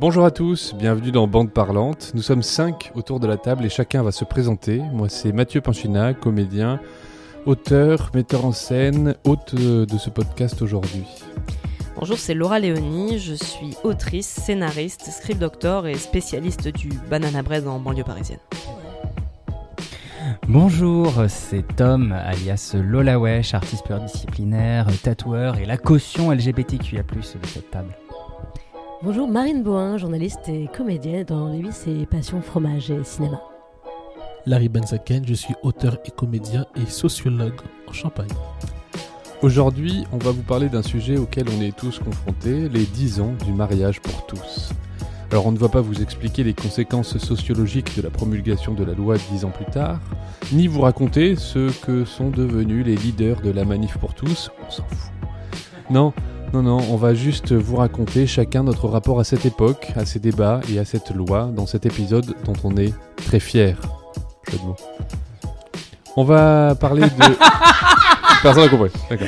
Bonjour à tous, bienvenue dans Bande Parlante. Nous sommes 5 autour de la table et chacun va se présenter. Moi c'est Mathieu Pinchina, comédien, auteur, metteur en scène, hôte de ce podcast aujourd'hui. Bonjour, c'est Laura Léonie, je suis autrice, scénariste, script doctor et spécialiste du banana bread en banlieue parisienne. Bonjour, c'est Tom, alias Lola Wesh, artiste pluridisciplinaire, tatoueur et la caution LGBTQIA+, de cette table. Bonjour, Marine Bohin, journaliste et comédienne dans Les vices et passions fromage et cinéma. Larry Benzaken, je suis auteur et comédien et sociologue en Champagne. Aujourd'hui, on va vous parler d'un sujet auquel on est tous confrontés, les 10 ans du mariage pour tous. Alors on ne va pas vous expliquer les conséquences sociologiques de la promulgation de la loi 10 ans plus tard, ni vous raconter ce que sont devenus les leaders de la manif pour tous, on s'en fout. Non, on va juste vous raconter chacun notre rapport à cette époque, à ces débats et à cette loi dans cet épisode dont on est très fiers. Jeu de mots. On va parler de... Personne n'a compris, d'accord.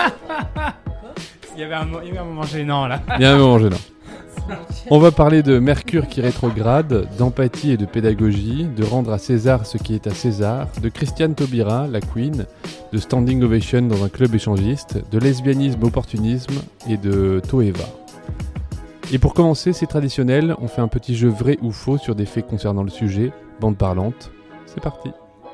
Il y avait un moment gênant là. Il y a un moment gênant. On va parler de Mercure qui rétrograde, d'empathie et de pédagogie, de rendre à César ce qui est à César, de Christiane Taubira, la Queen, de standing ovation dans un club échangiste, de lesbianisme, opportunisme et de Toeva. Et pour commencer, c'est traditionnel, on fait un petit jeu vrai ou faux sur des faits concernant le sujet, bande parlante, c'est parti.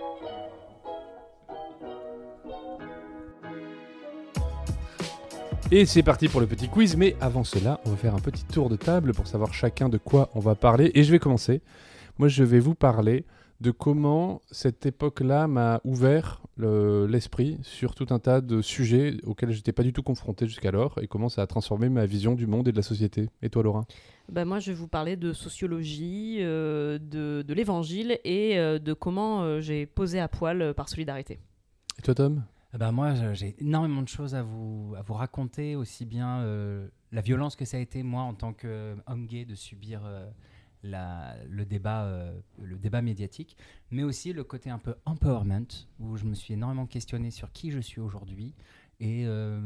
Et c'est parti pour le petit quiz, mais avant cela, on va faire un petit tour de table pour savoir chacun de quoi on va parler. Et je vais commencer. Moi, je vais vous parler de comment cette époque-là m'a ouvert l'esprit sur tout un tas de sujets auxquels je n'étais pas du tout confronté jusqu'alors et comment ça a transformé ma vision du monde et de la société. Et toi, Laura ? Moi, je vais vous parler de sociologie, de l'évangile et de comment j'ai posé à poil par solidarité. Et toi, Tom ? Moi, j'ai énormément de choses à vous raconter, aussi bien la violence que ça a été, moi, en tant qu'homme gay, de subir le débat médiatique, mais aussi le côté un peu empowerment, où je me suis énormément questionné sur qui je suis aujourd'hui, et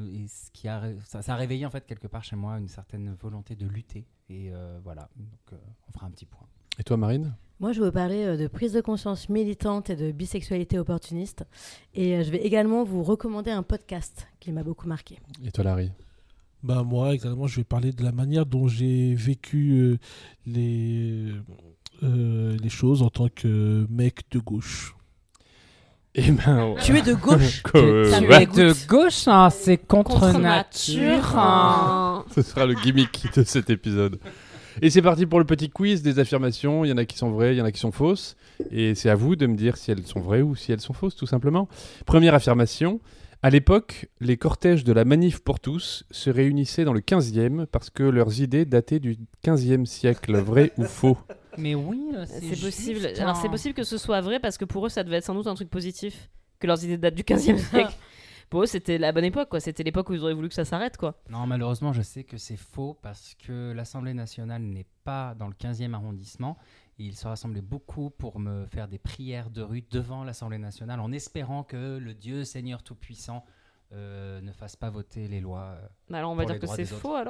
ça a réveillé en fait quelque part chez moi une certaine volonté de lutter, et voilà, donc on fera un petit point. Et toi, Marine ? Moi, je vais vous parler de prise de conscience militante et de bisexualité opportuniste. Et je vais également vous recommander un podcast qui m'a beaucoup marqué. Et toi, Larry ? Moi, également, je vais parler de la manière dont j'ai vécu les choses en tant que mec de gauche. Eh ben, tu es de gauche Tu es de gauche, hein, c'est contre nature. Hein. Ce sera le gimmick de cet épisode. Et c'est parti pour le petit quiz des affirmations. Il y en a qui sont vraies, il y en a qui sont fausses. Et c'est à vous de me dire si elles sont vraies ou si elles sont fausses, tout simplement. Première affirmation. À l'époque, les cortèges de la manif pour tous se réunissaient dans le 15e parce que leurs idées dataient du 15e siècle. Vrai ou faux ? Mais oui, c'est possible. Alors c'est possible que ce soit vrai parce que pour eux, ça devait être sans doute un truc positif. Que leurs idées datent du 15e siècle. Pour eux, c'était la bonne époque, quoi. C'était l'époque où ils auraient voulu que ça s'arrête, quoi. Non, malheureusement, je sais que c'est faux parce que l'Assemblée nationale n'est pas dans le 15e arrondissement. Et ils se rassemblaient beaucoup pour me faire des prières de rue devant l'Assemblée nationale en espérant que le Dieu Seigneur Tout-Puissant ne fasse pas voter les lois. Alors, on va dire que c'est faux, alors ?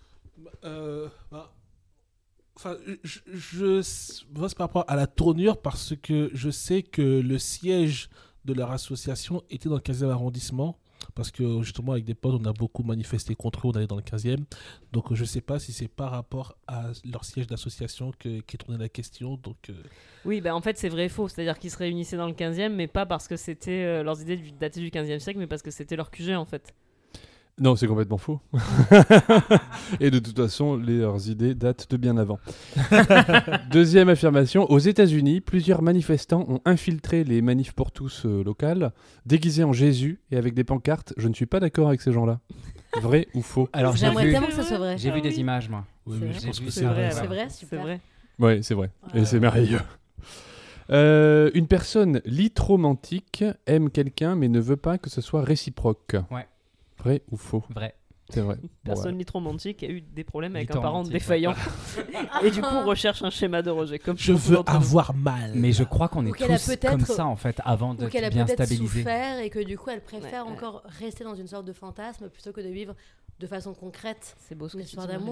Moi, c'est par rapport à la tournure parce que je sais que le siège de leur association était dans le 15e arrondissement parce que justement avec des potes on a beaucoup manifesté contre eux, on allait dans le 15e, donc je ne sais pas si c'est par rapport à leur siège d'association qui tournait la question. Donc, Oui, en fait c'est vrai et faux, c'est-à-dire qu'ils se réunissaient dans le 15e mais pas parce que c'était leurs idées datées du 15e siècle mais parce que c'était leur QG en fait. Non, c'est complètement faux. Et de toute façon, leurs idées datent de bien avant. Deuxième affirmation. Aux États-Unis, plusieurs manifestants ont infiltré les manifs pour tous locales, déguisés en Jésus et avec des pancartes. Je ne suis pas d'accord avec ces gens-là. Vrai ou faux ? Alors, j'aimerais tellement que ça soit vrai. J'ai vu des images, moi. Oui, mais je pense que c'est vrai. C'est vrai, super. C'est vrai. Oui, c'est vrai. Et c'est merveilleux. Une personne litromantique aime quelqu'un mais ne veut pas que ce soit réciproque. Ouais. Vrai ou faux ? Vrai. C'est vrai. Personne litromantique a eu des problèmes avec un parent défaillant. Et du coup, recherche un schéma de rejet. Comme je veux avoir mal. Mais je crois qu'on est tous comme ça, en fait, avant de bien stabiliser. Ou qu'elle a peut-être souffert et que du coup, elle préfère encore rester dans une sorte de fantasme plutôt que de vivre de façon concrète c'est beau, une histoire d'amour.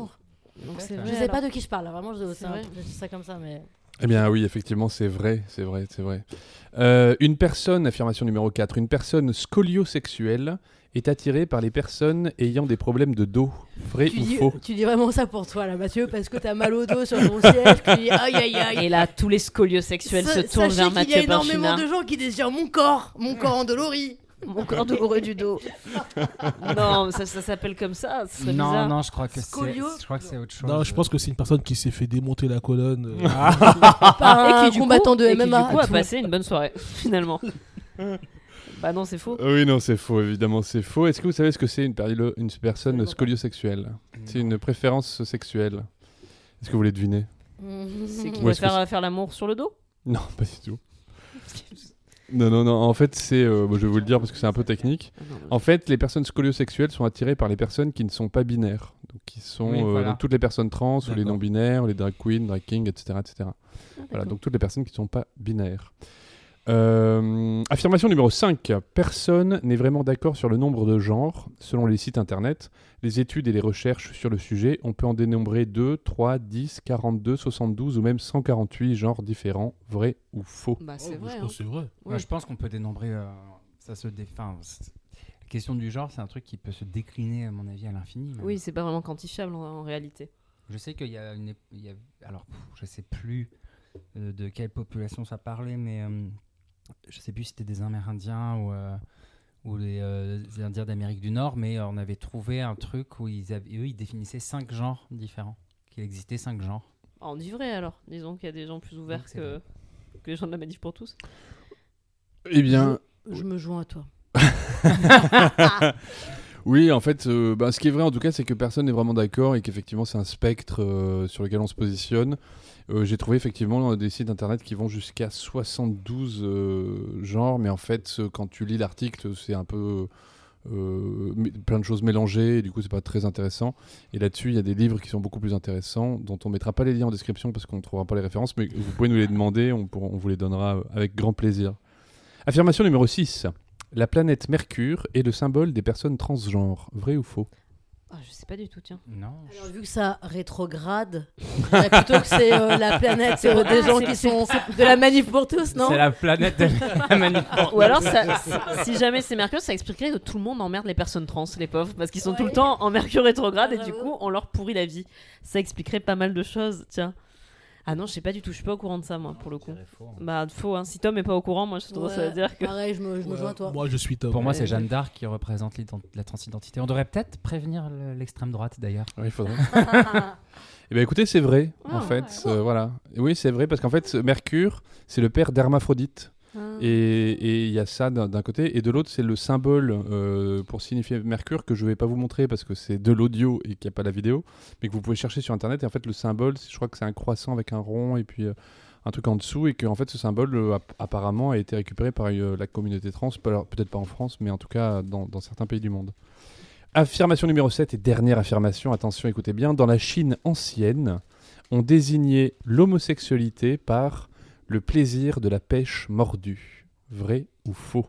Donc c'est Je vrai. Je sais alors. pas de qui je parle, là, vraiment, je C'est vrai. dis ça comme ça, mais. Eh bien oui, effectivement, c'est vrai. Une personne, affirmation numéro 4, une personne scoliosexuelle est attirée par les personnes ayant des problèmes de dos. Vrai ou faux? Tu dis vraiment ça pour toi, là, Mathieu, parce que t'as mal au dos sur ton siège, tu dis aïe aïe aïe. Et là, tous les scolio-sexuels se tournent vers Sachez qu'il y a Mathieu énormément Pinchina. de gens qui désirent mon corps endolori. Mon corps douloureux du dos. Non, ça s'appelle comme ça. Ce serait bizarre. Non, je crois que Scolio. c'est autre chose. Non, je pense que c'est une personne qui s'est fait démonter la colonne. Par un du combattant de et qui, MMA. du coup, a passé une bonne soirée, finalement. Bah non, c'est faux. Oui, non, c'est faux, évidemment, c'est faux. Est-ce que vous savez ce que c'est une personne scoliosexuelle? C'est une préférence sexuelle. Est-ce que vous voulez deviner? C'est qui Ou est-ce que faire l'amour sur le dos. Non, pas du tout. Non. En fait, c'est. Je vais vous le dire parce que c'est un peu technique. En fait, les personnes scoliosexuelles sont attirées par les personnes qui ne sont pas binaires. Donc, qui sont Oui, voilà. donc toutes les personnes trans ou les D'accord. non-binaires, les drag queens, drag kings, etc. Voilà, donc toutes les personnes qui ne sont pas binaires. Affirmation numéro 5. Personne n'est vraiment d'accord sur le nombre de genres. Selon les sites internet, les études et les recherches sur le sujet, on peut en dénombrer 2, 3, 10, 42, 72 ou même 148 genres différents. Vrai ou faux? Bah Oh, c'est je vrai. pense que c'est vrai. Ouais, je pense qu'on peut dénombrer. Ça se défend. La question du genre, c'est un truc qui peut se décliner, à mon avis, à l'infini. même. Oui, c'est pas vraiment quantifiable en réalité. Je sais qu'il y a une. Alors, je sais plus de quelle population ça parlait, mais je sais plus si c'était des Amérindiens ou des Indiens d'Amérique du Nord, mais on avait trouvé un truc où ils définissaient 5 genres différents. Qu'il existait 5 genres. Ah, on dit vrai alors. Disons qu'il y a des gens plus ouverts Donc, c'est que les gens de la Manif pour tous. Eh bien, Je me joins à toi. oui, en fait, ce qui est vrai en tout cas, c'est que personne n'est vraiment d'accord et qu'effectivement, c'est un spectre sur lequel on se positionne. J'ai trouvé effectivement des sites internet qui vont jusqu'à 72 genres, mais en fait, quand tu lis l'article, c'est un peu plein de choses mélangées, et du coup, c'est pas très intéressant. Et là-dessus, il y a des livres qui sont beaucoup plus intéressants, dont on mettra pas les liens en description parce qu'on ne trouvera pas les références, mais vous pouvez nous les demander, on vous les donnera avec grand plaisir. Affirmation numéro 6. La planète Mercure est le symbole des personnes transgenres. Vrai ou faux? Ah, je sais pas du tout, tiens. Non. Alors, vu que ça rétrograde, je dirais plutôt que c'est la planète des gens qui sont de la Manif pour tous, non? C'est la planète de la manip. Ou alors, si jamais c'est Mercure, ça expliquerait que tout le monde emmerde les personnes trans, les pauvres, parce qu'ils sont tout le temps en Mercure rétrograde et du coup, on leur pourrit la vie. Ça expliquerait pas mal de choses, tiens. Ah non, je sais pas du tout, je suis pas au courant de ça, moi, pour le coup. Bah, faux, hein. Si Tom est pas au courant, moi, je tendance à dire que. Pareil, je me joins à toi. Moi, je suis Tom. Pour moi, c'est Jeanne d'Arc qui représente la transidentité. On devrait peut-être prévenir l'extrême droite, d'ailleurs. Oui, il faudrait. Eh bien, écoutez, c'est vrai, en Ah, fait. Voilà. Oui, c'est vrai, parce qu'en fait, Mercure, c'est le père d'Hermaphrodite. Et il y a ça d'un côté. Et de l'autre, c'est le symbole pour signifier Mercure que je vais pas vous montrer parce que c'est de l'audio et qu'il n'y a pas la vidéo. Mais que vous pouvez chercher sur Internet. Et en fait, le symbole, je crois que c'est un croissant avec un rond et puis un truc en dessous. Et que en fait, ce symbole, apparemment, a été récupéré par la communauté trans. Peut-être pas en France, mais en tout cas dans certains pays du monde. Affirmation numéro 7 et dernière affirmation. Attention, écoutez bien. Dans la Chine ancienne, on désignait l'homosexualité par le plaisir de la pêche mordue. Vrai ou faux?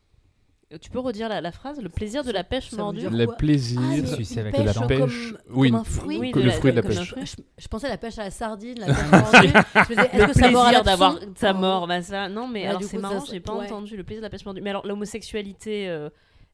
Tu peux redire la phrase? Le plaisir de la pêche Ça veut mordue? dire Le quoi? plaisir Sucer avec de la la pêche. Oui, comme un fruit. Oui, le fruit de la comme un pêche. fruit. Je pensais à la pêche à la sardine, la pêche mordue. Je me disais, est-ce Le que ça mord à plaisir l'hameçon? d'avoir sa mort, bah ça. Non, mais Ah, alors du c'est coup, marrant, ça, j'ai pas ouais. entendu le plaisir de la pêche mordue. Mais alors l'homosexualité,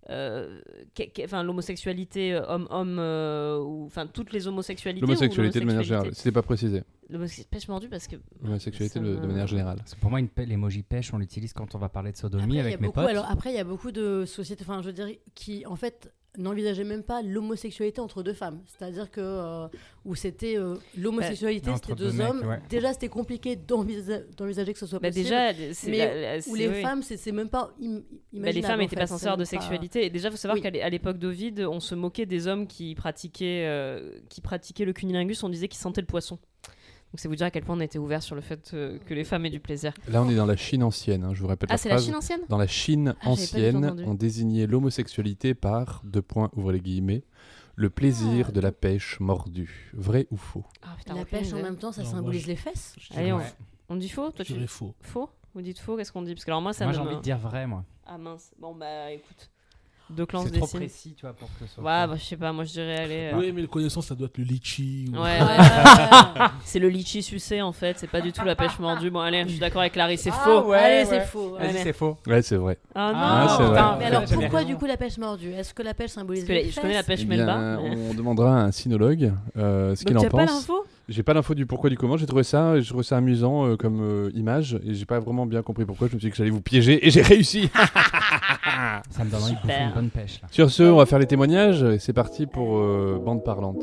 enfin l'homosexualité homme-homme, ou enfin toutes les homosexualités. L'homosexualité ou de manière générale. C'était pas précisé. Pêche mordue parce que. L'homosexualité ça de me- manière générale. Parce que pour moi, l'emoji pêche, on l'utilise quand on va parler de sodomie Après, il y a avec mes beaucoup- potes. alors, après, il y a beaucoup de sociétés, enfin, je veux dire, qui, en fait, n'envisageaient même pas l'homosexualité entre deux femmes. C'est-à-dire que, où c'était l'homosexualité, entre c'était deux deux mecs, hommes. ouais. Déjà, c'était compliqué d'envisager que ce soit Bah possible. déjà, c'est mais où les oui. femmes, c'est même pas Bah, les femmes en n'étaient fait, pas censées avoir de c'est même pas- sexualité. Et déjà, il faut savoir Oui. qu'à l'époque d'Ovide, on se moquait des hommes qui pratiquaient le cunilingus. On disait qu'ils sentaient le poisson. Donc c'est vous dire à quel point on était ouvert sur le fait que les femmes aient du plaisir. Là, on est dans la Chine ancienne. Je vous répète Ah, la c'est la phrase. Chine ancienne? Dans la Chine Ah, j'avais pas du tout ancienne, entendu. on désignait l'homosexualité par, ouvrez les guillemets, le plaisir Ah. de la pêche mordue. Vrai ou faux? Ah, putain, La aucune pêche, en idée. même temps, ça Non, symbolise moi, les fesses. Allez, Ouais. on dit faux? Toi, Je tu dirais faux. faux? Vous dites faux? Qu'est-ce qu'on dit? Parce que alors moi, ça Moi, me. j'ai envie de dire vrai, moi. Ah mince. Bon, bah écoute. Deux clans se C'est trop dessinent. précis, tu vois, pour que ce soit. Ouais, bah, je sais pas, moi je dirais aller. Oui, mais le connaissance, ça doit être le litchi. ou- Ouais, c'est le litchi sucé en fait, c'est pas du tout la pêche mordue. Bon, allez, je suis d'accord avec Larry, c'est faux. Allez, c'est faux. Vas-y, Allez. c'est faux. Ouais, c'est vrai. Ah non, Ah, c'est vrai. putain. Mais alors J'avais pourquoi raison. du coup la pêche mordue? Est-ce que la pêche symbolise Parce que les je connais la fesses pêche Eh bien, Melba. mais- on demandera à un sinologue ce qu'il Donc en tu as pas pense. l'info? J'ai pas l'info du pourquoi du comment. J'ai trouvé ça amusant comme image et j'ai pas vraiment bien compris pourquoi. Je me suis dit que j'allais vous piéger et j'ai réussi. Ça me donne envie de bouffer Super. une bonne pêche là. Sur ce, on va faire les témoignages et c'est parti pour Bande Parlante.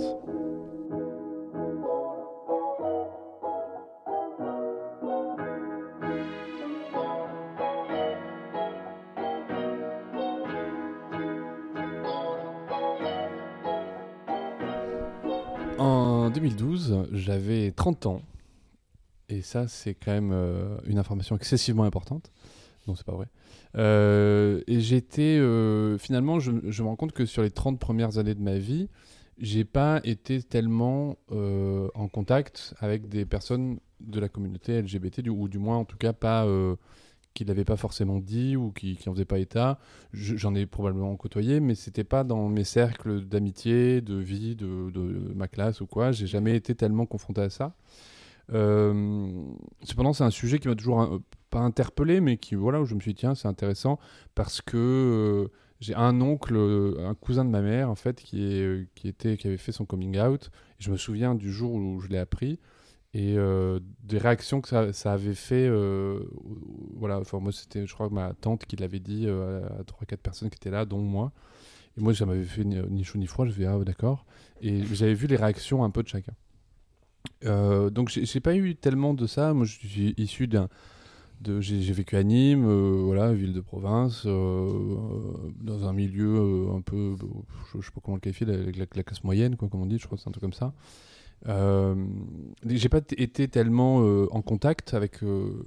En 2012, j'avais 30 ans. Et ça, c'est quand même une information excessivement importante. Non, c'est pas vrai. Et j'étais... finalement, je me rends compte que sur les 30 premières années de ma vie, j'ai pas été tellement en contact avec des personnes de la communauté LGBT, ou du moins, en tout cas, pas... qui ne l'avaient pas forcément dit ou qui n'en faisaient pas état. J'en ai probablement côtoyé, mais c'était pas dans mes cercles d'amitié, de vie, de ma classe ou quoi. J'ai jamais été tellement confronté à ça. Cependant, c'est un sujet qui m'a toujours pas interpellé, mais qui, voilà, où je me suis dit, tiens, c'est intéressant parce que j'ai un oncle, un cousin de ma mère, en fait, qui avait fait son coming out. Et je me souviens du jour où je l'ai appris. Et des réactions que ça avait fait, voilà, enfin moi c'était, je crois, ma tante qui l'avait dit à 3-4 personnes qui étaient là, dont moi. Et moi ça m'avait fait ni chaud ni froid, je me suis dit, ah d'accord. Et j'avais vu les réactions un peu de chacun. Donc j'ai pas eu tellement de ça. Moi je suis issu j'ai vécu à Nîmes, voilà, ville de province, dans un milieu un peu, je sais pas comment le qualifier, la classe moyenne, quoi, comme on dit, je crois que c'est un truc comme ça. J'ai pas été tellement en contact avec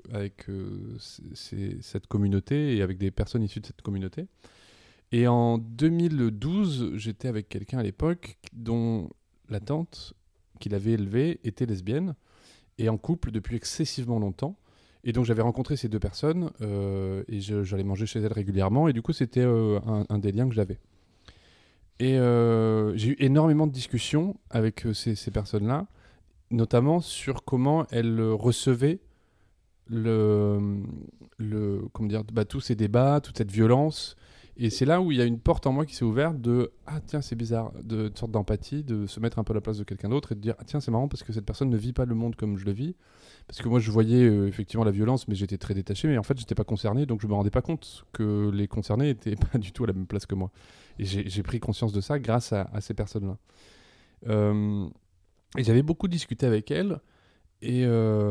cette communauté et avec des personnes issues de cette communauté. Et en 2012, j'étais avec quelqu'un à l'époque dont la tante qui l'avait élevé était lesbienne et en couple depuis excessivement longtemps. Et donc j'avais rencontré ces deux personnes et j'allais manger chez elles régulièrement. Et du coup, c'était un des liens que j'avais. Et j'ai eu énormément de discussions avec ces personnes-là, notamment sur comment elles recevaient comment dire, tous ces débats, toute cette violence. Et c'est là où il y a une porte en moi qui s'est ouverte de « Ah tiens, c'est bizarre », de sorte d'empathie, de se mettre un peu à la place de quelqu'un d'autre et de dire « Ah tiens, c'est marrant parce que cette personne ne vit pas le monde comme je le vis ». Parce que moi, je voyais effectivement la violence, mais j'étais très détaché. Mais en fait, je n'étais pas concerné, donc je ne me rendais pas compte que les concernés n'étaient pas du tout à la même place que moi. Et j'ai pris conscience de ça grâce à ces personnes-là. Et j'avais beaucoup discuté avec elles. Et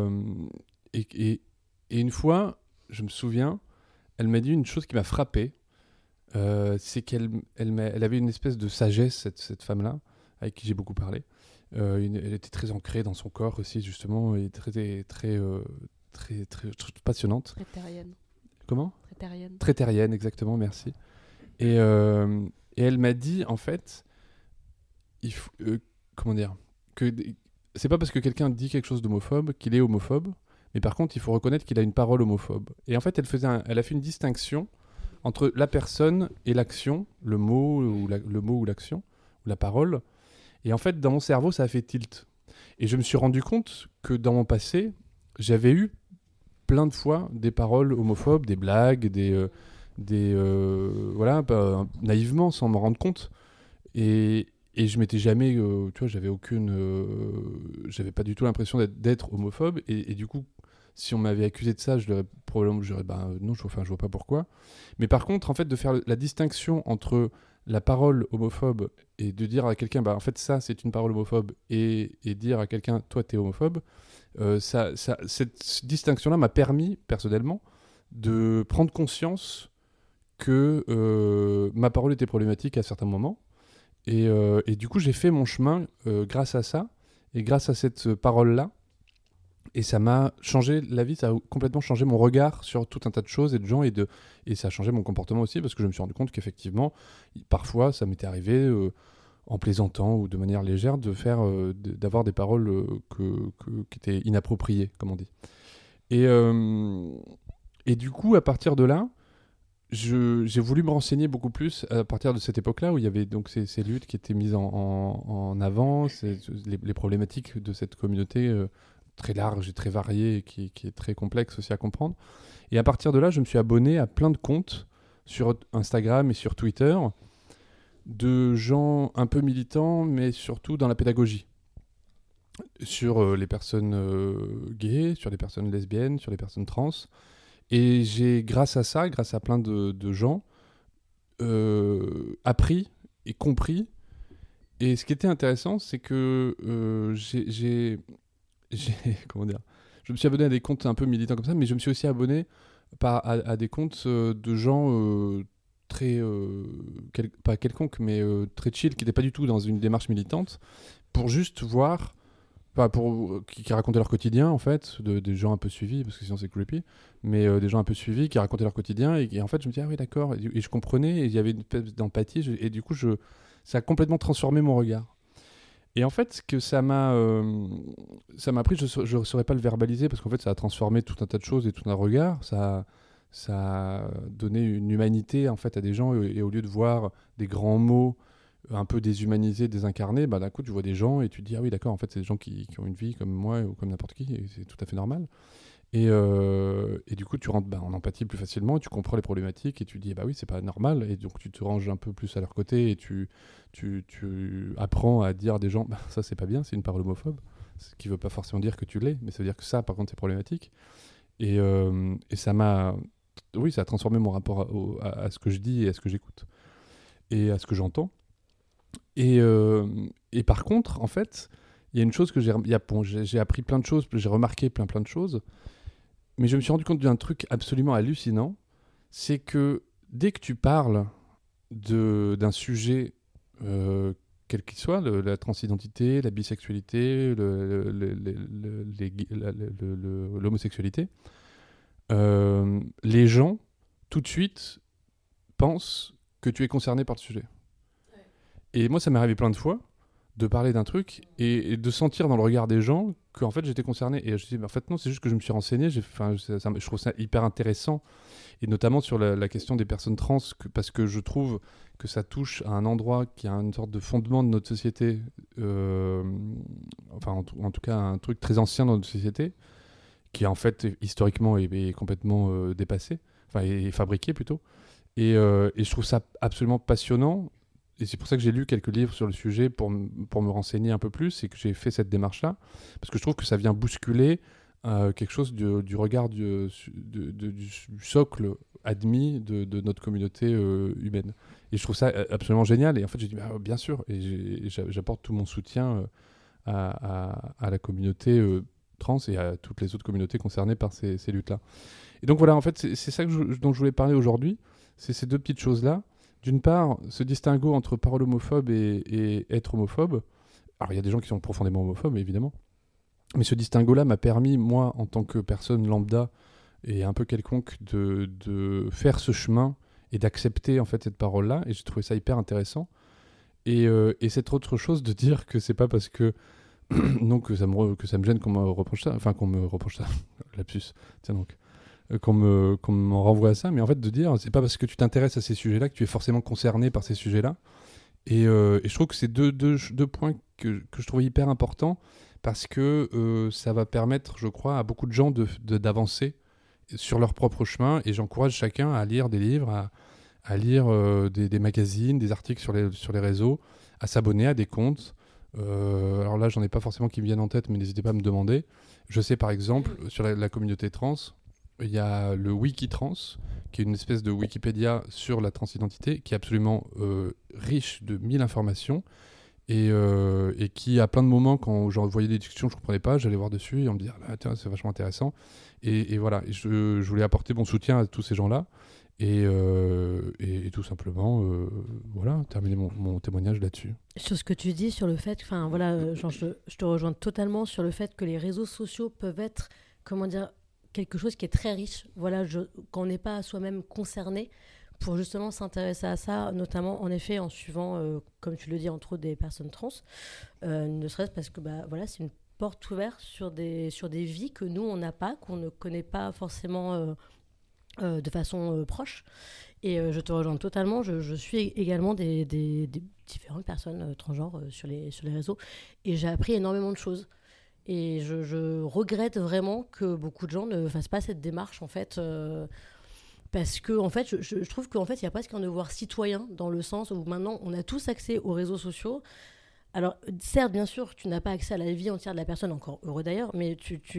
une fois, je me souviens, elle m'a dit une chose qui m'a frappé. C'est qu'elle avait une espèce de sagesse, cette femme-là, avec qui j'ai beaucoup parlé. Elle était très ancrée dans son corps aussi, justement, et très passionnante. Très terrienne. Comment ? Très terrienne. Très terrienne, exactement, merci. Et elle m'a dit, en fait, il faut, comment dire, que c'est pas parce que quelqu'un dit quelque chose d'homophobe qu'il est homophobe, mais par contre, il faut reconnaître qu'il a une parole homophobe. Et en fait, elle a fait une distinction entre la personne et l'action, le mot ou l'action, ou la parole. Et en fait, dans mon cerveau, ça a fait tilt. Et je me suis rendu compte que dans mon passé, j'avais eu plein de fois des paroles homophobes, des blagues, voilà, naïvement, sans m'en rendre compte. Et je m'étais jamais, tu vois, j'avais pas du tout l'impression d'être homophobe. Et du coup, si on m'avait accusé de ça, je dirais non, je vois pas pourquoi. Mais par contre, en fait, de faire la distinction entre la parole homophobe et de dire à quelqu'un, en fait, ça, c'est une parole homophobe, et dire à quelqu'un, toi, t'es homophobe, cette distinction-là m'a permis, personnellement, de prendre conscience que ma parole était problématique à certains moments. Et du coup, j'ai fait mon chemin grâce à ça, et grâce à cette parole-là. Et ça m'a changé la vie, ça a complètement changé mon regard sur tout un tas de choses et de gens, et ça a changé mon comportement aussi, parce que je me suis rendu compte qu'effectivement, parfois, ça m'était arrivé, en plaisantant ou de manière légère, d'avoir des paroles qui étaient inappropriées, comme on dit. Et du coup, à partir de là, j'ai voulu me renseigner beaucoup plus à partir de cette époque-là où il y avait donc ces luttes qui étaient mises en avant, les problématiques de cette communauté très large et très variée et qui est très complexe aussi à comprendre. Et à partir de là, je me suis abonné à plein de comptes sur Instagram et sur Twitter de gens un peu militants, mais surtout dans la pédagogie. Sur les personnes gays, sur les personnes lesbiennes, sur les personnes trans. Et j'ai, grâce à plein de gens, appris et compris. Et ce qui était intéressant, c'est que comment dire, je me suis abonné à des comptes un peu militants comme ça, mais je me suis aussi abonné à des comptes de gens très, pas quelconques, mais très chill, qui n'étaient pas du tout dans une démarche militante, pour juste voir, qui racontaient leur quotidien, en fait, des gens un peu suivis, parce que sinon c'est creepy, mais des gens un peu suivis, qui racontaient leur quotidien, et en fait je me disais, ah oui d'accord, et je comprenais, et il y avait une espèce d'empathie, et du coup ça a complètement transformé mon regard. Et en fait, ce que ça m'a pris, je ne saurais pas le verbaliser, parce qu'en fait ça a transformé tout un tas de choses et tout un regard, ça a donné une humanité en fait à des gens, et au lieu de voir des grands mots un peu déshumanisés, désincarnés, bah, d'un coup tu vois des gens et tu te dis ah oui d'accord, en fait c'est des gens qui ont une vie comme moi ou comme n'importe qui, et c'est tout à fait normal. Et du coup tu rentres en empathie plus facilement, et tu comprends les problématiques et tu te dis bah oui c'est pas normal, et donc tu te ranges un peu plus à leur côté, et tu apprends à dire à des gens bah, ça c'est pas bien, c'est une parole homophobe, ce qui veut pas forcément dire que tu l'es, mais ça veut dire que ça par contre c'est problématique. Et ça a transformé mon rapport à ce que je dis et à ce que j'écoute et à ce que j'entends. Et par contre, en fait, il y a une chose que j'ai appris plein de choses, j'ai remarqué plein de choses, mais je me suis rendu compte d'un truc absolument hallucinant, c'est que dès que tu parles d'un sujet, quel qu'il soit, la transidentité, la bisexualité, l'homosexualité, les gens, tout de suite, pensent que tu es concerné par le sujet. Et moi, ça m'est arrivé plein de fois de parler d'un truc et de sentir dans le regard des gens qu'en fait j'étais concerné. Et je me dis, en fait non, c'est juste que je me suis renseigné, je trouve ça hyper intéressant, et notamment sur la question des personnes trans, parce que je trouve que ça touche à un endroit qui a une sorte de fondement de notre société, enfin en tout cas un truc très ancien dans notre société, qui en fait historiquement est complètement dépassé, enfin est fabriqué plutôt. Et je trouve ça absolument passionnant. Et c'est pour ça que j'ai lu quelques livres sur le sujet pour me renseigner un peu plus, et que j'ai fait cette démarche-là, parce que je trouve que ça vient bousculer quelque chose du regard du socle admis de notre communauté humaine. Et je trouve ça absolument génial. Et en fait, j'ai dit, bah, bien sûr, et j'apporte tout mon soutien à la communauté trans et à toutes les autres communautés concernées par ces luttes-là. Et donc voilà, en fait, c'est ça dont je voulais parler aujourd'hui, c'est ces deux petites choses-là. D'une part, ce distinguo entre parole homophobe et être homophobe. Alors, il y a des gens qui sont profondément homophobes, évidemment. Mais ce distinguo-là m'a permis, moi, en tant que personne lambda et un peu quelconque, de faire ce chemin et d'accepter, en fait, cette parole-là. Et j'ai trouvé ça hyper intéressant. Et cette autre chose de dire que c'est pas parce que... non, que ça me gêne qu'on me reproche ça. Enfin, qu'on me reproche ça. Lapsus. Tiens donc. Qu'on m'en renvoie à ça, mais en fait de dire c'est pas parce que tu t'intéresses à ces sujets-là que tu es forcément concerné par ces sujets-là. Et je trouve que c'est deux points que je trouve hyper importants, parce que ça va permettre, je crois, à beaucoup de gens d'avancer sur leur propre chemin, et j'encourage chacun à lire des livres, à lire des magazines, des articles sur les réseaux, à s'abonner à des comptes. Alors là, j'en ai pas forcément qui me viennent en tête, mais n'hésitez pas à me demander. Je sais par exemple, sur la communauté trans, il y a le Wikitrans, qui est une espèce de Wikipédia sur la transidentité, qui est absolument riche de 1000 informations, et qui, à plein de moments, quand j'en voyais des discussions que je ne comprenais pas, j'allais voir dessus et on me disait ah, tiens, c'est vachement intéressant. Et voilà, je voulais apporter mon soutien à tous ces gens-là, et tout simplement, voilà, terminer mon témoignage là-dessus. Sur ce que tu dis sur le fait, enfin voilà, genre, je te rejoins totalement sur le fait que les réseaux sociaux peuvent être, comment dire, quelque chose qui est très riche, voilà, quand on n'est pas soi-même concerné, pour justement s'intéresser à ça, notamment en effet en suivant, comme tu le dis, entre autres des personnes trans, ne serait-ce parce que bah, voilà, c'est une porte ouverte sur des vies que nous on n'a pas, qu'on ne connaît pas forcément de façon proche. Et je te rejoins totalement. Je suis également des différentes personnes transgenres sur les réseaux. Et j'ai appris énormément de choses. Et je regrette vraiment que beaucoup de gens ne fassent pas cette démarche, en fait. Parce que, en fait, je trouve qu'en fait, il y a presque un devoir citoyen dans le sens où maintenant, on a tous accès aux réseaux sociaux. Alors, certes, bien sûr, tu n'as pas accès à la vie entière de la personne, encore heureux d'ailleurs, mais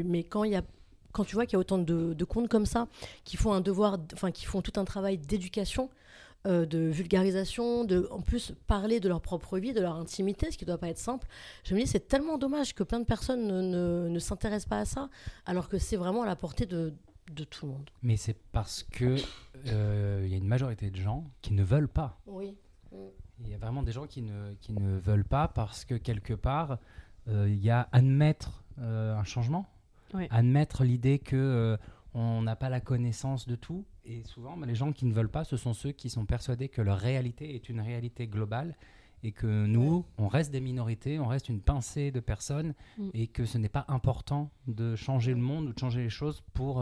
quand tu vois qu'il y a autant de comptes comme ça qui font qui font tout un travail d'éducation, de vulgarisation, de en plus parler de leur propre vie, de leur intimité, ce qui ne doit pas être simple, je me dis c'est tellement dommage que plein de personnes ne s'intéressent pas à ça, alors que c'est vraiment à la portée de tout le monde. Mais c'est parce que y a une majorité de gens qui ne veulent pas. Oui. Il y a vraiment des gens qui ne veulent pas parce que quelque part, il y a admettre un changement. Oui. Admettre l'idée que on n'a pas la connaissance de tout, et souvent les gens qui ne veulent pas, ce sont ceux qui sont persuadés que leur réalité est une réalité globale et que nous, on reste des minorités, on reste une pincée de personnes, et que ce n'est pas important de changer le monde ou de changer les choses pour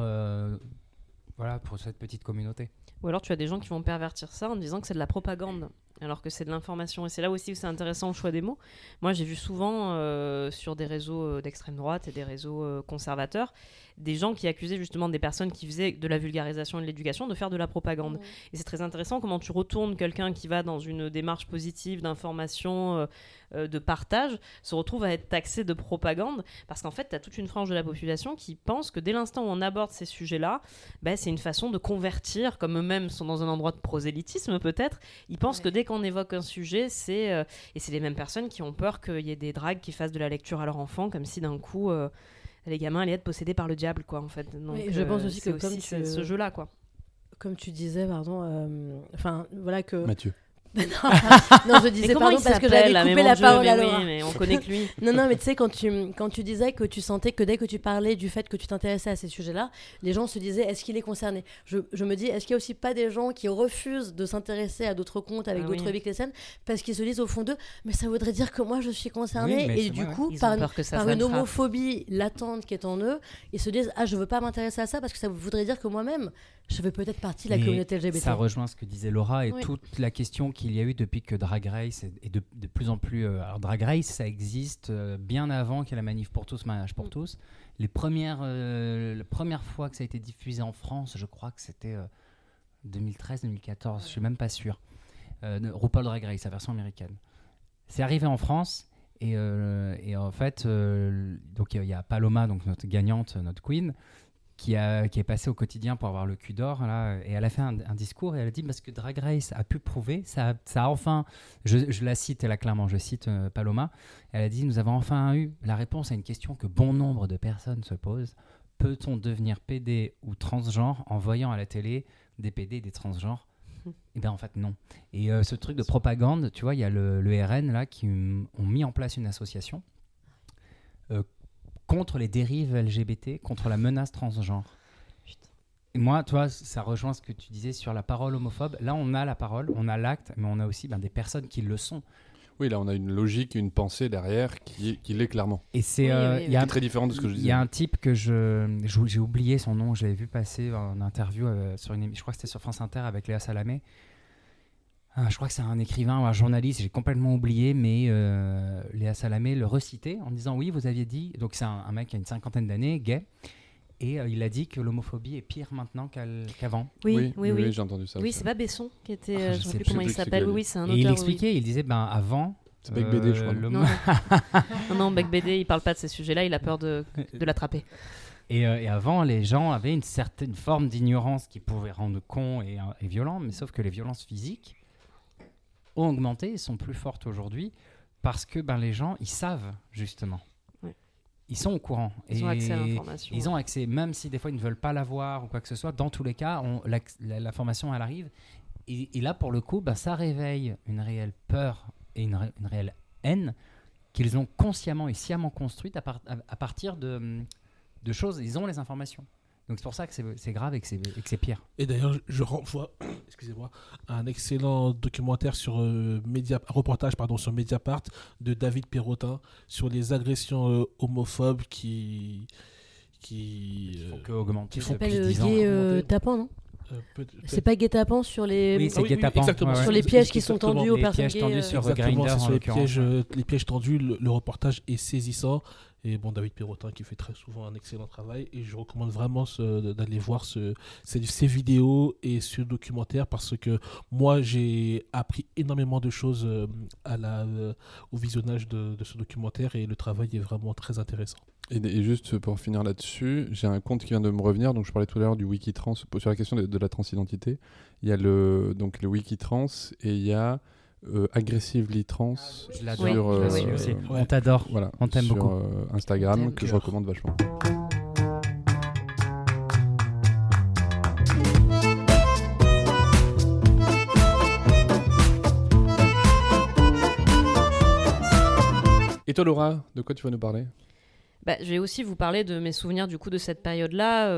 cette petite communauté. Ou alors tu as des gens qui vont pervertir ça en disant que c'est de la propagande, alors que c'est de l'information. Et c'est là aussi où c'est intéressant le choix des mots. Moi, j'ai vu souvent sur des réseaux d'extrême droite et des réseaux conservateurs, des gens qui accusaient justement des personnes qui faisaient de la vulgarisation et de l'éducation de faire de la propagande. Et c'est très intéressant comment tu retournes quelqu'un qui va dans une démarche positive d'information, de partage, se retrouve à être taxé de propagande, parce qu'en fait, tu as toute une frange de la population qui pense que dès l'instant où on aborde ces sujets-là, c'est une façon de convertir, comme eux-mêmes sont dans un endroit de prosélytisme peut-être, ils pensent que dès qu'on évoque un sujet, et c'est les mêmes personnes qui ont peur qu'il y ait des dragues qui fassent de la lecture à leur enfant, comme si d'un coup les gamins allaient être possédés par le diable, quoi, en fait. Donc, je pense aussi que comme ce jeu-là, quoi. Comme tu disais, pardon, voilà que... Mathieu. Non, je disais pardon parce que j'avais coupé la parole à Laura. Oui, mais on connaît que lui. Non, mais tu sais, quand tu disais que tu sentais que dès que tu parlais du fait que tu t'intéressais à ces sujets-là, les gens se disaient, est-ce qu'il est concerné ? Je me dis, est-ce qu'il y a aussi pas des gens qui refusent de s'intéresser à d'autres comptes avec d'autres vies que les siennes parce qu'ils se disent au fond d'eux, mais ça voudrait dire que moi je suis concerné, et du coup, par une homophobie latente qui est en eux, ils se disent, je veux pas m'intéresser à ça parce que ça voudrait dire que moi-même, je fais peut-être partie de la communauté LGBT. Ça rejoint ce que disait Laura et toute la question qu'il y a eu depuis que Drag Race est de plus en plus... alors Drag Race, ça existe bien avant qu'il y ait la manif pour tous, mariage pour tous. La première fois que ça a été diffusé en France, je crois que c'était 2013-2014, je suis même pas sûr. RuPaul Drag Race, la version américaine. C'est arrivé en France et en fait, donc il y a Paloma, donc notre gagnante, notre queen, qui est passée au quotidien pour avoir le cul d'or là, et elle a fait un discours et elle a dit parce que Drag Race a pu prouver, ça a enfin, je la cite là clairement, je cite Paloma, elle a dit nous avons enfin eu la réponse à une question que bon nombre de personnes se posent, peut-on devenir PD ou transgenre en voyant à la télé des PD et des transgenres? Et bien en fait non. Et ce truc de propagande, tu vois, il y a le RN là qui ont mis en place une association contre les dérives LGBT, contre la menace transgenre. Et moi, toi, ça rejoint ce que tu disais sur la parole homophobe. Là, on a la parole, on a l'acte, mais on a aussi des personnes qui le sont. Oui, là, on a une logique, une pensée derrière qui l'est clairement. Et c'est très différent de ce que je disais. Il y a un type que j'ai oublié son nom, je l'avais vu passer en interview sur je crois que c'était sur France Inter avec Léa Salamé. Je crois que c'est un écrivain ou un journaliste, j'ai complètement oublié, mais Léa Salamé le recitait en disant oui, vous aviez dit, donc c'est un mec qui a une 50aine d'années, gay, et il a dit que l'homophobie est pire maintenant qu'avant. Oui, j'ai entendu ça. Oui, c'est pas Besson qui était, je ne sais plus comment il s'appelle. Oui, c'est un auteur. Et il expliquait, il disait avant. C'est Beck BD, je crois. Non, Beck BD, il parle pas de ces sujets-là, il a peur de l'attraper. Et avant, les gens avaient une certaine forme d'ignorance qui pouvait rendre con et violent, mais sauf que les violences physiques ont augmenté et sont plus fortes aujourd'hui parce que les gens, ils savent justement. Oui. Ils sont au courant. Ils ont accès à l'information. Ils ont accès, même si des fois ils ne veulent pas l'avoir ou quoi que ce soit. Dans tous les cas, l'information, elle arrive. Et là, pour le coup, ça réveille une réelle peur et une réelle haine qu'ils ont consciemment et sciemment construite à partir de choses. Ils ont les informations. Donc c'est pour ça que c'est grave et que c'est pire. Et d'ailleurs, je renvoie à un excellent documentaire sur un reportage sur Mediapart de David Perrotin sur les agressions homophobes qui font que augmenter. Qui s'appelle Gay Tapant, non ? C'est pas guet-apens sur les... Oui, c'est guet-apens. exactement. Ouais, ouais. Sur les pièges qui sont Exactement. tendus aux Les personnes pièges gays, tendus sur Exactement, Grindr, c'est en sur l'occurrence. les pièges tendus. Le reportage est saisissant. Et bon, David Perrotin qui fait très souvent un excellent travail. Et je recommande vraiment d'aller voir ces vidéos et ce documentaire parce que moi, j'ai appris énormément de choses au visionnage de ce documentaire et le travail est vraiment très intéressant. Et juste pour finir là-dessus, j'ai un compte qui vient de me revenir. Donc je parlais tout à l'heure du Wikitrans sur la question de la transidentité. Il y a le Wikitrans et il y a Aggressively Trans Je l'adore. sur je la suis aussi. ouais. On t'adore. voilà, On t'aime sur beaucoup. Instagram On t'aime. que je recommande vachement. Et toi Laura, de quoi tu vas nous parler ? Je vais aussi vous parler de mes souvenirs du coup de cette période-là.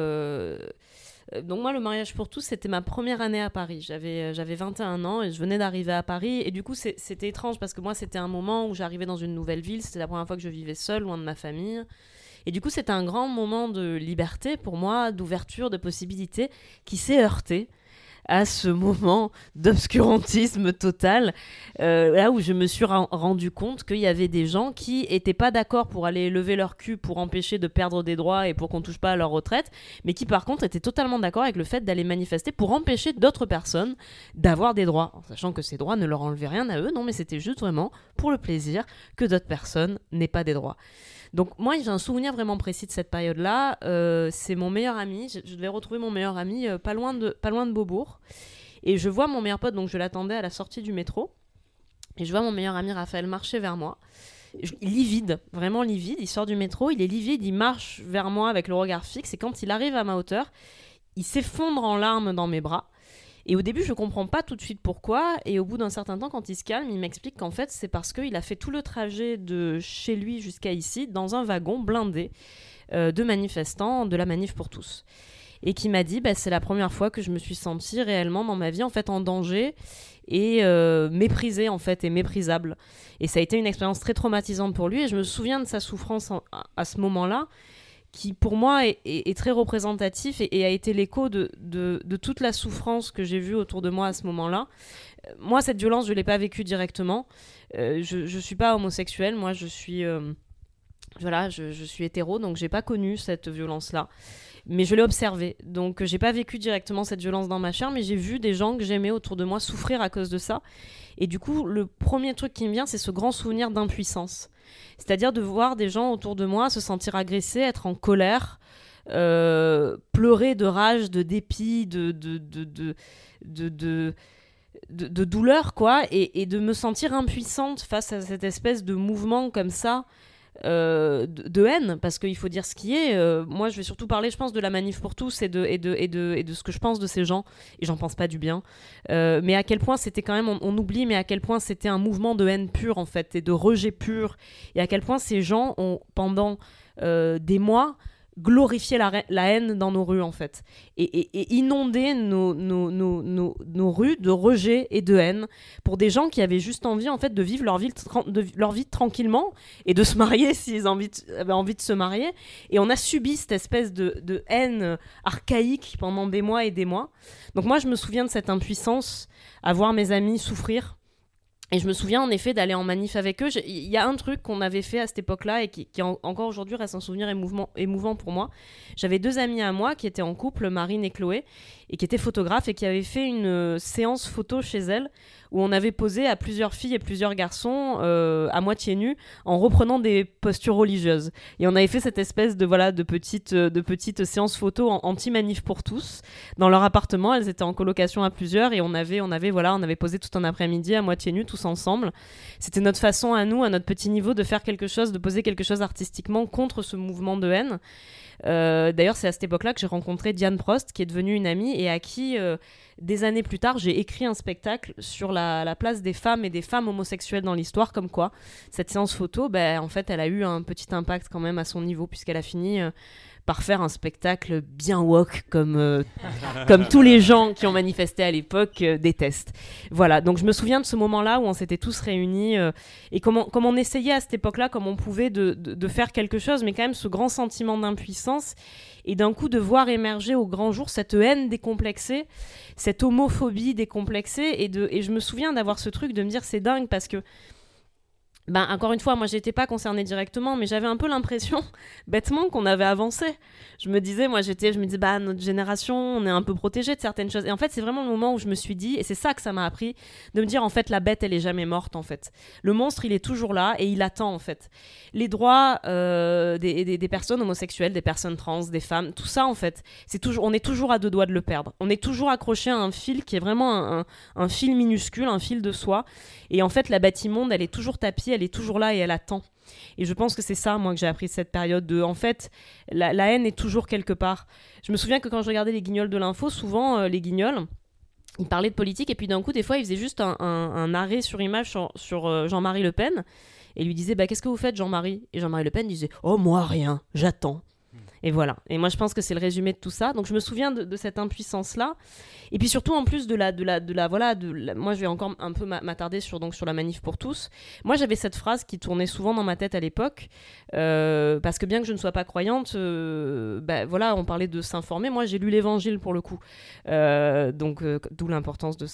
Donc moi, le mariage pour tous, c'était ma première année à Paris. J'avais 21 ans et je venais d'arriver à Paris. Et du coup, c'était étrange parce que moi, c'était un moment où j'arrivais dans une nouvelle ville. C'était la première fois que je vivais seule, loin de ma famille. Et du coup, c'était un grand moment de liberté pour moi, d'ouverture, de possibilités qui s'est heurté à ce moment d'obscurantisme total, là où je me suis rendu compte qu'il y avait des gens qui étaient pas d'accord pour aller lever leur cul pour empêcher de perdre des droits et pour qu'on touche pas à leur retraite, mais qui par contre étaient totalement d'accord avec le fait d'aller manifester pour empêcher d'autres personnes d'avoir des droits, en sachant que ces droits ne leur enlevaient rien à eux, non mais c'était juste vraiment pour le plaisir que d'autres personnes n'aient pas des droits. Donc moi j'ai un souvenir vraiment précis de cette période-là, c'est mon meilleur ami, je devais retrouver mon meilleur ami pas loin de Beaubourg, et je vois mon meilleur pote, donc je l'attendais à la sortie du métro, et je vois mon meilleur ami Raphaël marcher vers moi, livide, vraiment livide, il sort du métro, il est livide, il marche vers moi avec le regard fixe, et quand il arrive à ma hauteur, il s'effondre en larmes dans mes bras. Et au début, je comprends pas tout de suite pourquoi. Et au bout d'un certain temps, quand il se calme, il m'explique qu'en fait, c'est parce qu'il a fait tout le trajet de chez lui jusqu'à ici dans un wagon blindé de manifestants de la Manif pour tous. Et qui m'a dit, c'est la première fois que je me suis sentie réellement dans ma vie en fait en danger et méprisée en fait et méprisable. Et ça a été une expérience très traumatisante pour lui. Et je me souviens de sa souffrance à ce moment-là, qui pour moi est très représentatif et a été l'écho de toute la souffrance que j'ai vue autour de moi à ce moment-là. Moi, cette violence, je ne l'ai pas vécue directement. Je ne suis pas homosexuelle, moi je suis, je suis hétéro, donc je n'ai pas connu cette violence-là. Mais je l'ai observée, donc je n'ai pas vécu directement cette violence dans ma chair, mais j'ai vu des gens que j'aimais autour de moi souffrir à cause de ça. Et du coup, le premier truc qui me vient, c'est ce grand souvenir d'impuissance. C'est-à-dire de voir des gens autour de moi se sentir agressés, être en colère, pleurer de rage, de dépit, de douleur, quoi, et de me sentir impuissante face à cette espèce de mouvement comme ça, de haine, parce qu'il faut dire ce qui est. Moi, je vais surtout parler, je pense, de la Manif pour tous et de ce que je pense de ces gens, et j'en pense pas du bien. Mais à quel point c'était quand même, on oublie, mais à quel point c'était un mouvement de haine pure, en fait, et de rejet pur, et à quel point ces gens ont, pendant des mois, glorifié la haine dans nos rues, en fait, et inonder nos rues de rejet et de haine pour des gens qui avaient juste envie, en fait, de vivre leur vie tranquillement et de se marier s'ils avaient envie de se marier. Et on a subi cette espèce de haine archaïque pendant des mois et des mois. Donc moi, je me souviens de cette impuissance à voir mes amis souffrir. Et je me souviens en effet d'aller en manif avec eux. Il y a un truc qu'on avait fait à cette époque-là et qui encore aujourd'hui reste un souvenir émouvant pour moi. J'avais 2 amies à moi qui étaient en couple, Marine et Chloé, et qui étaient photographes et qui avaient fait une séance photo chez elles où on avait posé à plusieurs filles et plusieurs garçons à moitié nus en reprenant des postures religieuses. Et on avait fait cette espèce de petite séance photo anti-manif pour tous dans leur appartement. Elles étaient en colocation à plusieurs et on avait posé tout un après-midi à moitié nus tous ensemble. C'était notre façon à nous, à notre petit niveau, de faire quelque chose, de poser quelque chose artistiquement contre ce mouvement de haine. D'ailleurs, c'est à cette époque-là que j'ai rencontré Diane Prost, qui est devenue une amie et à qui, des années plus tard, j'ai écrit un spectacle sur la place des femmes et des femmes homosexuelles dans l'histoire, comme quoi cette séance photo, en fait, elle a eu un petit impact quand même à son niveau, puisqu'elle a fini par faire un spectacle bien woke comme tous les gens qui ont manifesté à l'époque détestent. Voilà, donc je me souviens de ce moment-là où on s'était tous réunis et comme on essayait à cette époque-là, comme on pouvait de faire quelque chose, mais quand même ce grand sentiment d'impuissance et d'un coup de voir émerger au grand jour cette haine décomplexée, cette homophobie décomplexée et je me souviens d'avoir ce truc de me dire c'est dingue parce que encore une fois, moi j'étais pas concernée directement, mais j'avais un peu l'impression, bêtement, qu'on avait avancé. Je me disais, notre génération, on est un peu protégé de certaines choses. Et en fait, c'est vraiment le moment où je me suis dit, et c'est ça que ça m'a appris, de me dire, en fait, la bête, elle est jamais morte, en fait. Le monstre, il est toujours là et il attend, en fait. Les droits des personnes homosexuelles, des personnes trans, des femmes, tout ça, en fait, on est toujours à 2 doigts de le perdre. On est toujours accroché à un fil qui est vraiment un fil minuscule, un fil de soie. Et en fait, la bête immonde, elle est toujours tapie, elle est toujours là et elle attend. Et je pense que c'est ça, moi, que j'ai appris de cette période de... En fait, la haine est toujours quelque part. Je me souviens que quand je regardais les guignols de l'info, souvent, les guignols, ils parlaient de politique et puis d'un coup, des fois, ils faisaient juste un arrêt sur image sur Jean-Marie Le Pen et lui disaient, qu'est-ce que vous faites, Jean-Marie ? Et Jean-Marie Le Pen disait, oh, moi, rien, j'attends. Et voilà. Et moi, je pense que c'est le résumé de tout ça. Donc, je me souviens de cette impuissance-là. Et puis surtout, en plus moi, je vais encore un peu m'attarder sur la manif pour tous. Moi, j'avais cette phrase qui tournait souvent dans ma tête à l'époque, parce que bien que je ne sois pas croyante, on parlait de s'informer. Moi, j'ai lu l'Évangile pour le coup. D'où l'importance de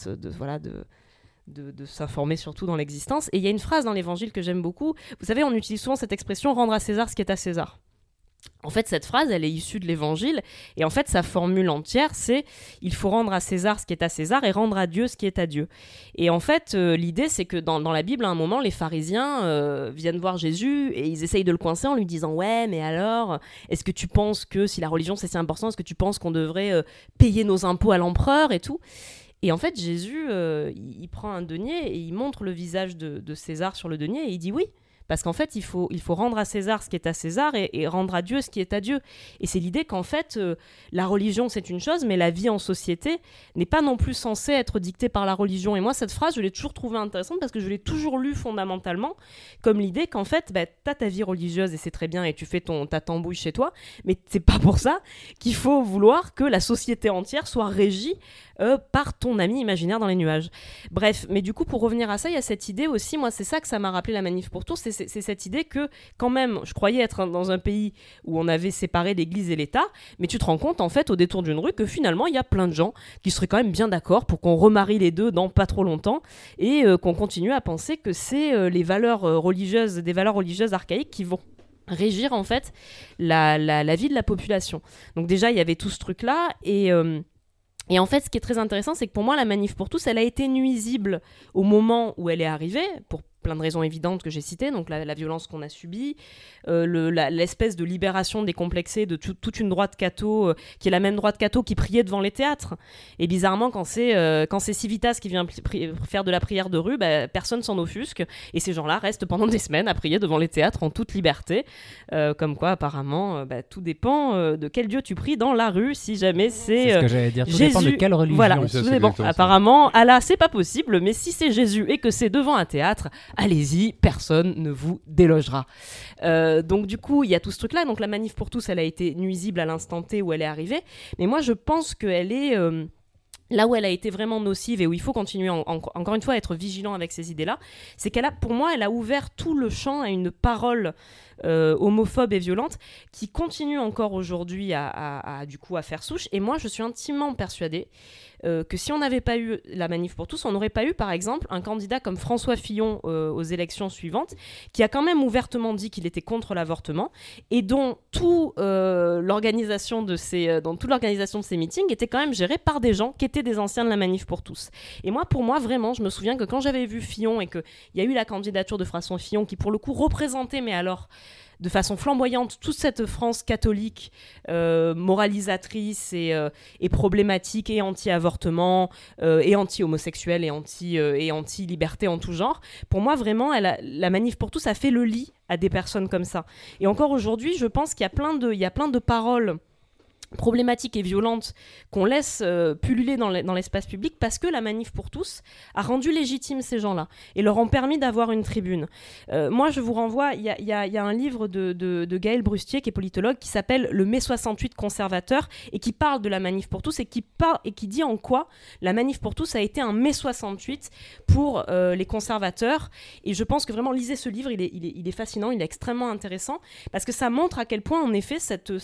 s'informer surtout dans l'existence. Et il y a une phrase dans l'Évangile que j'aime beaucoup. Vous savez, on utilise souvent cette expression « rendre à César ce qui est à César ». En fait, cette phrase, elle est issue de l'Évangile, et en fait, sa formule entière, c'est « il faut rendre à César ce qui est à César et rendre à Dieu ce qui est à Dieu ». Et en fait, l'idée, c'est que dans la Bible, à un moment, les pharisiens viennent voir Jésus, et ils essayent de le coincer en lui disant « ouais, mais alors, est-ce que tu penses que si la religion, c'est si important, est-ce que tu penses qu'on devrait payer nos impôts à l'empereur et tout ?» Et en fait, Jésus, il prend un denier, et il montre le visage de César sur le denier, et il dit « oui ». Parce qu'en fait, il faut rendre à César ce qui est à César et rendre à Dieu ce qui est à Dieu. Et c'est l'idée qu'en fait, la religion, c'est une chose, mais la vie en société n'est pas non plus censée être dictée par la religion. Et moi, cette phrase, je l'ai toujours trouvée intéressante parce que je l'ai toujours lue fondamentalement comme l'idée qu'en fait, t'as ta vie religieuse et c'est très bien et tu fais ta tambouille chez toi, mais c'est pas pour ça qu'il faut vouloir que la société entière soit régie par ton ami imaginaire dans les nuages. Bref, mais du coup, pour revenir à ça, il y a cette idée aussi, moi, c'est ça que ça m'a rappelé la manif pour tous, c'est cette idée que, quand même, je croyais être dans un pays où on avait séparé l'Église et l'État, mais tu te rends compte, en fait, au détour d'une rue, que finalement, il y a plein de gens qui seraient quand même bien d'accord pour qu'on remarie les deux dans pas trop longtemps et qu'on continue à penser que c'est des valeurs religieuses archaïques qui vont régir, en fait, la vie de la population. Donc déjà, il y avait tout ce truc-là et en fait, ce qui est très intéressant, c'est que pour moi, la manif pour tous, elle a été nuisible au moment où elle est arrivée, pour plein de raisons évidentes que j'ai citées, donc la violence qu'on a subie, l'espèce de libération décomplexée de toute une droite catho, qui est la même droite catho qui priait devant les théâtres. Et bizarrement, quand c'est Civitas qui vient faire de la prière de rue, personne s'en offusque, et ces gens-là restent pendant des semaines à prier devant les théâtres en toute liberté. Comme quoi, apparemment, tout dépend de quel Dieu tu pries dans la rue, si jamais c'est ce que j'allais dire, tout Jésus. Dépend de quelle religion. Voilà, Oui, ça, apparemment, Allah, c'est pas possible, mais si c'est Jésus et que c'est devant un théâtre, allez-y, personne ne vous délogera. Donc du coup, il y a tout ce truc-là. Donc la manif pour tous, elle a été nuisible à l'instant T où elle est arrivée. Mais moi, je pense qu'elle est... là où elle a été vraiment nocive et où il faut continuer encore une fois à être vigilant avec ces idées-là, c'est pour moi, elle a ouvert tout le champ à une parole homophobe et violente qui continue encore aujourd'hui à faire souche. Et moi, je suis intimement persuadée que si on n'avait pas eu la manif pour tous, on n'aurait pas eu, par exemple, un candidat comme François Fillon aux élections suivantes, qui a quand même ouvertement dit qu'il était contre l'avortement et dont toute l'organisation de ces meetings était quand même gérée par des gens qui étaient des anciens de la manif pour tous. Et moi, pour moi, vraiment, je me souviens que quand j'avais vu Fillon et qu'il y a eu la candidature de François Fillon qui, pour le coup, représentait, mais alors de façon flamboyante, toute cette France catholique moralisatrice et problématique et anti-avortement et anti-homosexuel et anti-liberté en tout genre. Pour moi, vraiment, la manif pour tous a fait le lit à des personnes comme ça. Et encore aujourd'hui, je pense qu'il y a plein de paroles problématiques et violentes qu'on laisse pulluler dans l'espace public parce que la Manif pour tous a rendu légitimes ces gens-là et leur ont permis d'avoir une tribune. Moi, je vous renvoie, il y a un livre de Gaël Brustier, qui est politologue, qui s'appelle « Le mai 68 conservateur » et qui parle de la Manif pour tous et qui dit en quoi la Manif pour tous a été un mai 68 pour les conservateurs. Et je pense que vraiment, lisez ce livre, il est fascinant, il est extrêmement intéressant parce que ça montre à quel point, en effet,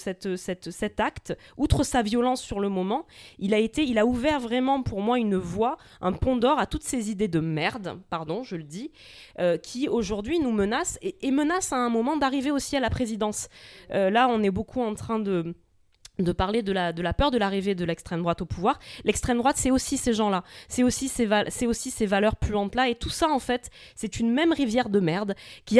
cet acte, outre sa violence sur le moment, il a ouvert vraiment pour moi une voie, un pont d'or à toutes ces idées de merde, pardon, je le dis, qui aujourd'hui nous menacent et menacent à un moment d'arriver aussi à la présidence. Là, on est beaucoup en train de parler de la peur de l'arrivée de l'extrême droite au pouvoir. L'extrême droite, c'est aussi ces gens-là, c'est aussi ces valeurs puantes-là, et tout ça, en fait, c'est une même rivière de merde qui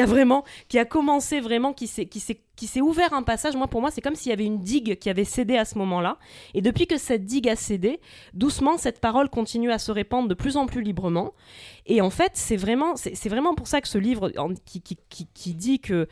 a commencé vraiment, qui s'est ouvert un passage. Pour moi, c'est comme s'il y avait une digue qui avait cédé à ce moment-là, et depuis que cette digue a cédé, doucement, cette parole continue à se répandre de plus en plus librement, et en fait, c'est vraiment pour ça que ce livre qui dit que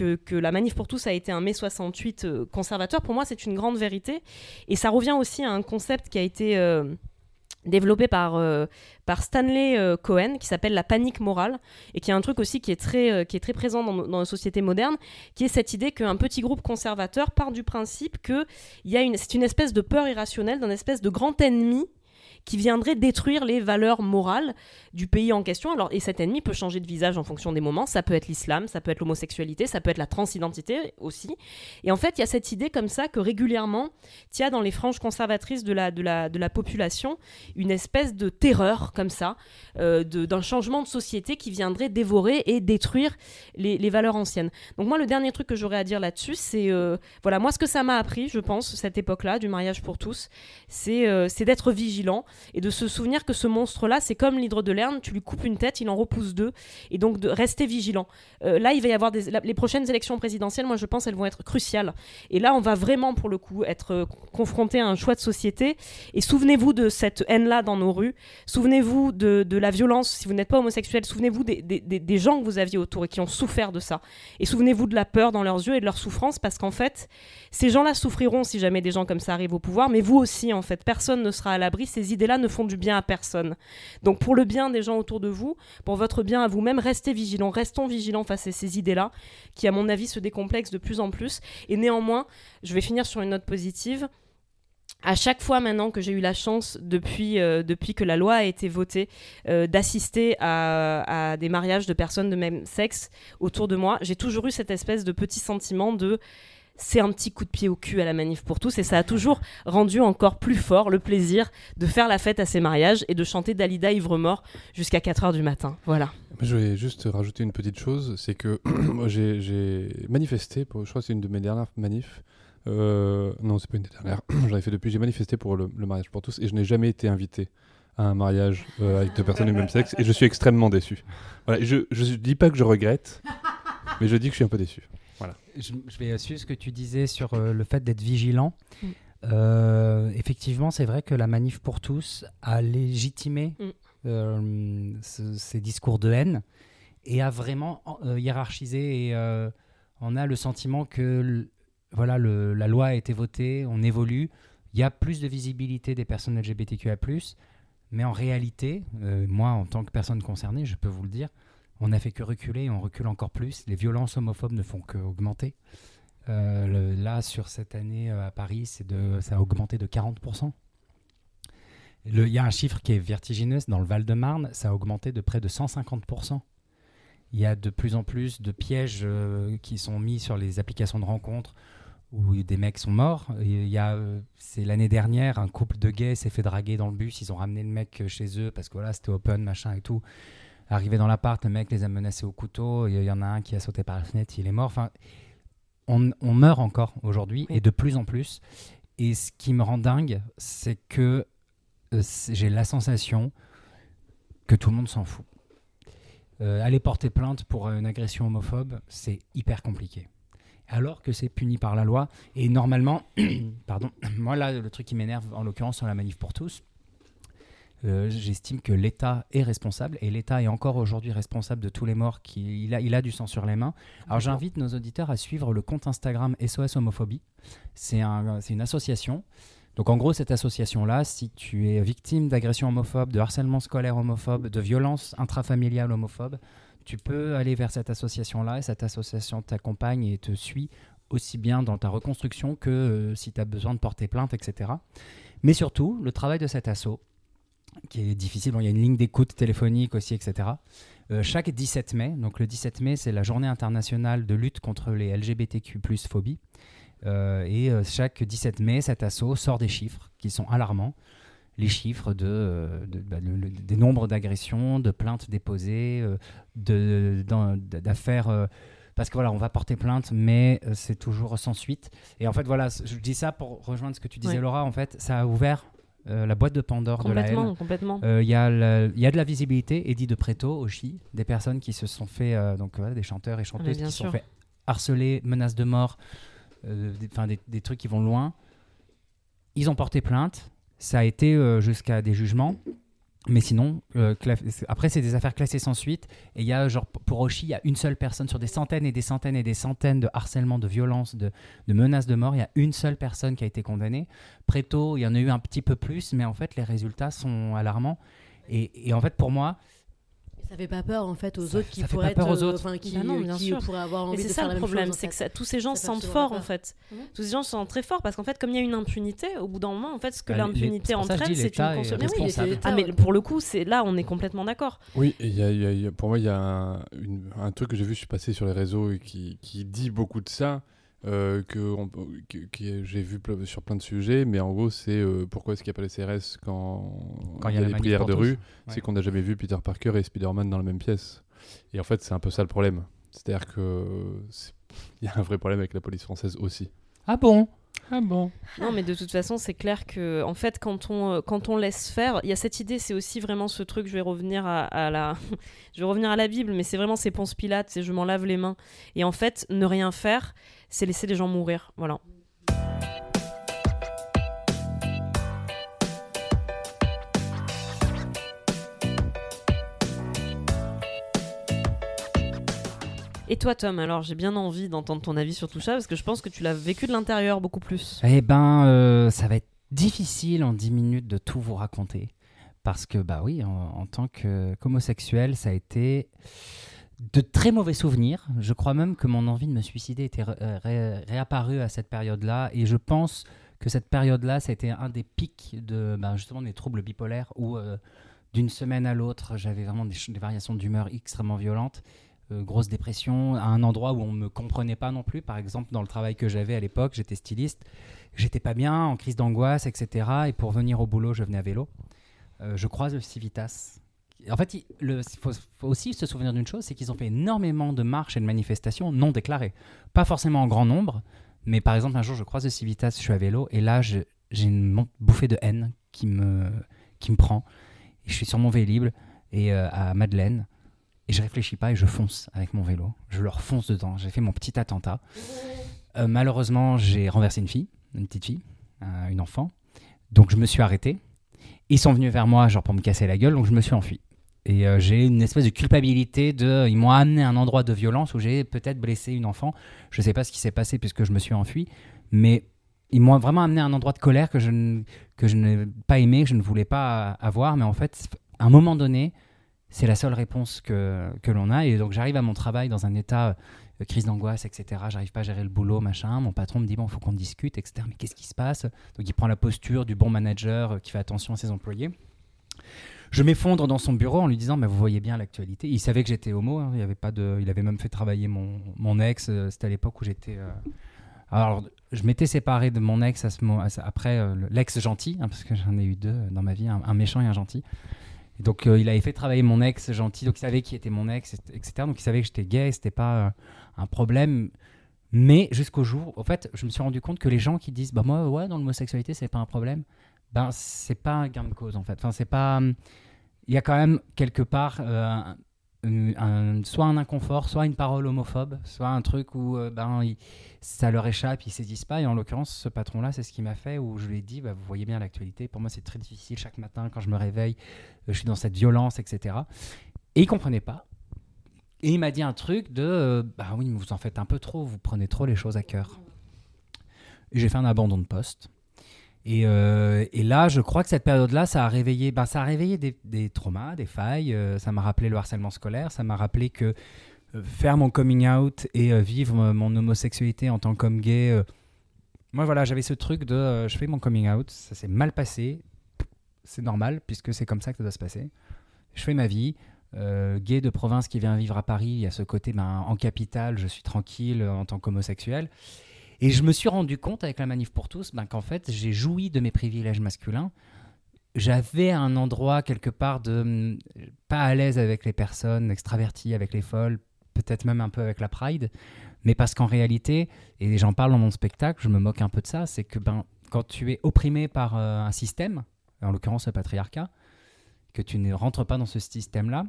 la Manif pour tous a été un mai 68 conservateur, pour moi c'est une grande vérité, et ça revient aussi à un concept qui a été développé par Stanley Cohen, qui s'appelle la panique morale, et qui est un truc aussi qui est très présent dans nos sociétés modernes, qui est cette idée qu'un petit groupe conservateur part du principe que c'est une espèce de peur irrationnelle d'un espèce de grand ennemi qui viendrait détruire les valeurs morales du pays en question. Alors, et cet ennemi peut changer de visage en fonction des moments. Ça peut être l'islam, ça peut être l'homosexualité, ça peut être la transidentité aussi. Et en fait, il y a cette idée comme ça que régulièrement, il y a dans les franges conservatrices de la population une espèce de terreur comme ça, d'un changement de société qui viendrait dévorer et détruire les valeurs anciennes. Donc moi, le dernier truc que j'aurais à dire là-dessus, c'est moi, ce que ça m'a appris, je pense, cette époque-là du mariage pour tous, c'est d'être vigilant et de se souvenir que ce monstre-là, c'est comme l'hydre de Lerne, tu lui coupes une tête, il en repousse deux, et donc de rester vigilant. Là, il va y avoir les prochaines élections présidentielles, moi je pense elles vont être cruciales. Et là, on va vraiment, pour le coup, être confronté à un choix de société. Et souvenez-vous de cette haine-là dans nos rues, souvenez-vous de la violence, si vous n'êtes pas homosexuel, souvenez-vous des gens que vous aviez autour et qui ont souffert de ça. Et souvenez-vous de la peur dans leurs yeux et de leur souffrance, parce qu'en fait, ces gens-là souffriront si jamais des gens comme ça arrivent au pouvoir, mais vous aussi, en fait, personne ne sera à l'abri. Ces idées-là ne font du bien à personne. Donc pour le bien des gens autour de vous, pour votre bien à vous-même, restez vigilants, restons vigilants face à ces idées-là, qui à mon avis se décomplexent de plus en plus. Et néanmoins, je vais finir sur une note positive. À chaque fois maintenant que j'ai eu la chance, depuis que la loi a été votée, d'assister à des mariages de personnes de même sexe autour de moi, j'ai toujours eu cette espèce de petit sentiment de... C'est un petit coup de pied au cul à la Manif pour tous, et ça a toujours rendu encore plus fort le plaisir de faire la fête à ces mariages et de chanter Dalida Ivre-Mort jusqu'à 4h du matin. Voilà. Je vais juste rajouter une petite chose, c'est que moi j'ai manifesté, je crois que c'est une de mes dernières manifs. Non, c'est pas une des dernières, j'en ai fait depuis, j'ai manifesté pour le mariage pour tous, et je n'ai jamais été invité à un mariage avec deux personnes du même sexe, et je suis extrêmement déçu. Voilà, je dis pas que je regrette, mais je dis que je suis un peu déçu. Voilà. Je vais suivre ce que tu disais sur le fait d'être vigilant. Effectivement, c'est vrai que la Manif pour tous a légitimé ces discours de haine et a vraiment hiérarchisé. Et on a le sentiment que la loi a été votée, on évolue. Il y a plus de visibilité des personnes LGBTQIA+, mais en réalité, moi, en tant que personne concernée, je peux vous le dire, on n'a fait que reculer et on recule encore plus. Les violences homophobes ne font qu'augmenter. Là, sur cette année à Paris, ça a augmenté de 40%. Il y a un chiffre qui est vertigineux. Dans le Val-de-Marne, ça a augmenté de près de 150%. Il y a de plus en plus de pièges qui sont mis sur les applications de rencontres où des mecs sont morts. C'est l'année dernière, un couple de gays s'est fait draguer dans le bus. Ils ont ramené le mec chez eux parce que voilà, c'était open, machin et tout. Arrivé dans l'appart, le mec les a menacés au couteau. Il y en a un qui a sauté par la fenêtre, il est mort. Enfin, on meurt encore aujourd'hui et de plus en plus. Et ce qui me rend dingue, c'est que j'ai la sensation que tout le monde s'en fout. Aller porter plainte pour une agression homophobe, c'est hyper compliqué. Alors que c'est puni par la loi. Et normalement, pardon, moi là, le truc qui m'énerve, en l'occurrence sur la Manif pour tous, J'estime que l'État est responsable, et l'État est encore aujourd'hui responsable de tous les morts. Il a du sang sur les mains. Alors j'invite nos auditeurs à suivre le compte Instagram SOS Homophobie. C'est une association. Donc en gros, cette association-là, si tu es victime d'agression homophobe, de harcèlement scolaire homophobe, de violence intrafamiliale homophobe, tu peux aller vers cette association-là, et cette association t'accompagne et te suit aussi bien dans ta reconstruction que si tu as besoin de porter plainte, etc. Mais surtout, le travail de cet asso, qui est difficile, il y a une ligne d'écoute téléphonique aussi, etc. Chaque 17 mai, donc le 17 mai, c'est la journée internationale de lutte contre les LGBTQ+ phobies. Chaque 17 mai, cet asso sort des chiffres qui sont alarmants. Les chiffres des nombres d'agressions, de plaintes déposées, d'affaires... parce que voilà, on va porter plainte, mais c'est toujours sans suite. Et en fait, voilà, je dis ça pour rejoindre ce que tu disais, Laura. En fait, ça a ouvert la boîte de Pandore de la haine. Complètement. Il y a de la visibilité. Eddie de Pretto, aussi, des personnes qui se sont fait... des chanteurs et chanteuses qui se sont fait harceler, menaces de mort, des trucs qui vont loin. Ils ont porté plainte. Ça a été jusqu'à des jugements. Mais sinon, après, c'est des affaires classées sans suite. Et il y a, pour Oshi, il y a une seule personne sur des centaines et des centaines et des centaines de harcèlements, de violences, de menaces de mort. Il y a une seule personne qui a été condamnée. Preto, il y en a eu un petit peu plus, mais en fait, les résultats sont alarmants. Et en fait, pour moi... Ça fait pas peur en fait aux autres qui pourraient qui pourraient avoir envie de faire la même chose. C'est ça le problème, c'est que tous ces gens se sentent forts en fait. Tous ces gens se sentent très forts parce qu'en fait, comme il y a une impunité, au bout d'un moment, en fait, ce que l'impunité entraîne, c'est une consommation. Mais pour le coup, là, on est complètement d'accord. Oui, et pour moi, il y a un truc que j'ai vu, je suis passé sur les réseaux et qui dit beaucoup de ça. Que j'ai vu sur plein de sujets, mais en gros c'est pourquoi est-ce qu'il n'y a pas les CRS quand il y a les prières de rue, c'est qu'on n'a jamais vu Peter Parker et Spider-Man dans la même pièce, et en fait c'est un peu ça le problème, c'est-à-dire que il y a un vrai problème avec la police française aussi. Ah bon? Non, mais de toute façon, c'est clair que, en fait, quand on laisse faire, il y a cette idée, c'est aussi vraiment ce truc. Je vais revenir à la Bible, mais c'est vraiment ces Ponce Pilate, c'est je m'en lave les mains. Et en fait, ne rien faire, c'est laisser les gens mourir. Voilà. Et toi, Tom, alors j'ai bien envie d'entendre ton avis sur tout ça, parce que je pense que tu l'as vécu de l'intérieur beaucoup plus. Eh ben, ça va être difficile en 10 minutes de tout vous raconter. Parce que, bah oui, en tant qu'homosexuel, ça a été de très mauvais souvenirs. Je crois même que mon envie de me suicider était réapparue à cette période-là. Et je pense que cette période-là, ça a été un des pics justement des troubles bipolaires où, d'une semaine à l'autre, j'avais vraiment des variations d'humeur extrêmement violentes. Grosse dépression, à un endroit où on ne me comprenait pas non plus. Par exemple, dans le travail que j'avais à l'époque, j'étais styliste, j'étais pas bien, en crise d'angoisse, etc. Et pour venir au boulot, je venais à vélo. Je croise le Civitas. En fait, il faut aussi se souvenir d'une chose, c'est qu'ils ont fait énormément de marches et de manifestations non déclarées. Pas forcément en grand nombre, mais par exemple, un jour, je croise le Civitas, je suis à vélo, et là, j'ai une bouffée de haine qui me prend. Et je suis sur mon Vélib, et à Madeleine, et je réfléchis pas et je fonce avec mon vélo. Je leur fonce dedans. J'ai fait mon petit attentat. Malheureusement, j'ai renversé une petite fille, une enfant. Donc je me suis arrêté. Ils sont venus vers moi pour me casser la gueule, donc je me suis enfui. Et j'ai une espèce de culpabilité ils m'ont amené à un endroit de violence où j'ai peut-être blessé une enfant. Je sais pas ce qui s'est passé puisque je me suis enfui, mais ils m'ont vraiment amené à un endroit de colère que je n'ai pas aimé, que je ne voulais pas avoir. Mais en fait, à un moment donné, c'est la seule réponse que l'on a. Et donc, j'arrive à mon travail dans un état crise d'angoisse, etc. J'arrive pas à gérer le boulot, machin. Mon patron me dit, bon, il faut qu'on discute, etc. Mais qu'est-ce qui se passe? Donc, il prend la posture du bon manager qui fait attention à ses employés. Je m'effondre dans son bureau en lui disant, vous voyez bien l'actualité. Il savait que j'étais homo. Hein. Il avait même fait travailler mon ex. C'était à l'époque où j'étais... Alors, je m'étais séparé de mon ex après l'ex gentil, hein, parce que j'en ai eu deux dans ma vie, un méchant et un gentil. Et donc, il avait fait travailler mon ex gentil, donc il savait qui était mon ex, etc. Donc, il savait que j'étais gay, c'était pas un problème. Mais jusqu'au jour, en fait, je me suis rendu compte que les gens qui disent, moi, ouais, dans l'homosexualité, c'est pas un problème, c'est pas un gain de cause, en fait. Enfin, c'est pas... Il y a quand même, quelque part, soit un inconfort, soit une parole homophobe, soit un truc où ça leur échappe, ils ne saisissent pas. Et en l'occurrence, ce patron-là, c'est ce qu'il m'a fait, où je lui ai dit, vous voyez bien l'actualité, pour moi c'est très difficile chaque matin quand je me réveille, je suis dans cette violence, etc. Et il ne comprenait pas. Et il m'a dit un truc de, oui, mais vous en faites un peu trop, vous prenez trop les choses à cœur. Et j'ai fait un abandon de poste. Et là, je crois que cette période-là, ça a réveillé des traumas, des failles. Ça m'a rappelé le harcèlement scolaire. Ça m'a rappelé que faire mon coming out et vivre mon homosexualité en tant qu'homme gay, moi, voilà, j'avais ce truc de je fais mon coming out, ça s'est mal passé. C'est normal, puisque c'est comme ça que ça doit se passer. Je fais ma vie. Gay de province qui vient vivre à Paris, il y a ce côté, en capitale, je suis tranquille en tant qu'homosexuel. Et je me suis rendu compte avec la Manif pour tous qu'en fait, j'ai joui de mes privilèges masculins. J'avais un endroit quelque part de pas à l'aise avec les personnes extraverties, avec les folles, peut-être même un peu avec la Pride, mais parce qu'en réalité, et j'en parle dans mon spectacle, je me moque un peu de ça, c'est que quand tu es opprimé par un système, en l'occurrence le patriarcat, que tu ne rentres pas dans ce système-là,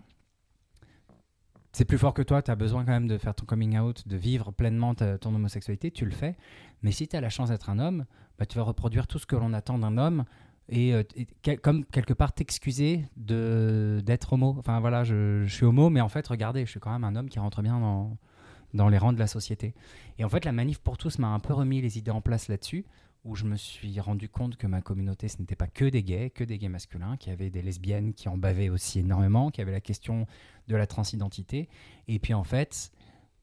c'est plus fort que toi, tu as besoin quand même de faire ton coming out, de vivre pleinement ton homosexualité, tu le fais. Mais si tu as la chance d'être un homme, tu vas reproduire tout ce que l'on attend d'un homme et comme quelque part t'excuser d'être homo. Enfin voilà, je suis homo, mais en fait, regardez, je suis quand même un homme qui rentre bien dans les rangs de la société. Et en fait, la Manif pour tous m'a un peu remis les idées en place là-dessus, où je me suis rendu compte que ma communauté, ce n'était pas que des gays masculins, qu'il y avait des lesbiennes qui en bavaient aussi énormément, qu'il y avait la question de la transidentité. Et puis en fait,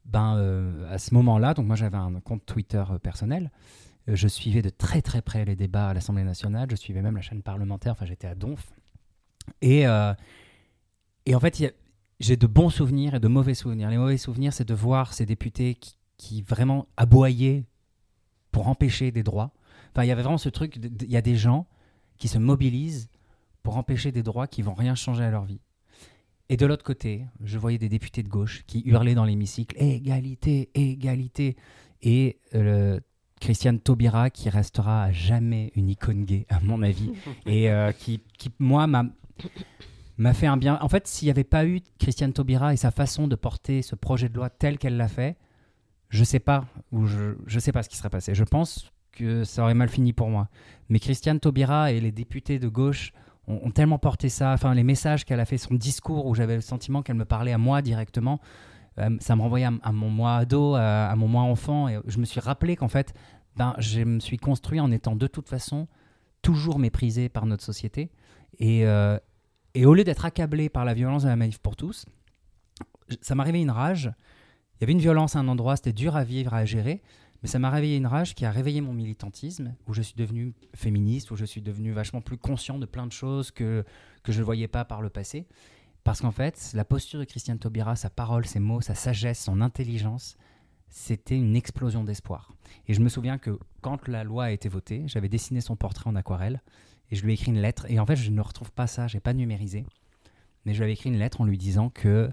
à ce moment-là, donc moi j'avais un compte Twitter personnel, je suivais de très très près les débats à l'Assemblée nationale, je suivais même la chaîne parlementaire, enfin j'étais à Donf. Et en fait, j'ai de bons souvenirs et de mauvais souvenirs. Les mauvais souvenirs, c'est de voir ces députés qui vraiment aboyaient pour empêcher des droits. Enfin, il y avait vraiment ce truc, il y a des gens qui se mobilisent pour empêcher des droits qui vont rien changer à leur vie. Et de l'autre côté, je voyais des députés de gauche qui hurlaient dans l'hémicycle « Égalité, égalité !» Et Christiane Taubira, qui restera à jamais une icône gay, à mon avis, et qui moi, m'a fait un bien. En fait, s'il n'y avait pas eu Christiane Taubira et sa façon de porter ce projet de loi tel qu'elle l'a fait, je sais pas ce qui serait passé. Je pense que ça aurait mal fini pour moi. Mais Christiane Taubira et les députés de gauche ont tellement porté ça, enfin les messages qu'elle a fait, son discours où j'avais le sentiment qu'elle me parlait à moi directement, ça me renvoyait à mon moi ado, à mon moi enfant, et je me suis rappelé qu'en fait, je me suis construit en étant de toute façon toujours méprisé par notre société, et au lieu d'être accablé par la violence de la Manif pour tous, ça m'a réveillé une rage. Il y avait une violence à un endroit, c'était dur à vivre, à gérer, mais ça m'a réveillé une rage qui a réveillé mon militantisme, où je suis devenu féministe, où je suis devenu vachement plus conscient de plein de choses que je ne voyais pas par le passé. Parce qu'en fait, la posture de Christiane Taubira, sa parole, ses mots, sa sagesse, son intelligence, c'était une explosion d'espoir. Et je me souviens que quand la loi a été votée, j'avais dessiné son portrait en aquarelle, et je lui ai écrit une lettre. Et en fait, je ne retrouve pas ça, je n'ai pas numérisé. Mais je lui avais écrit une lettre en lui disant que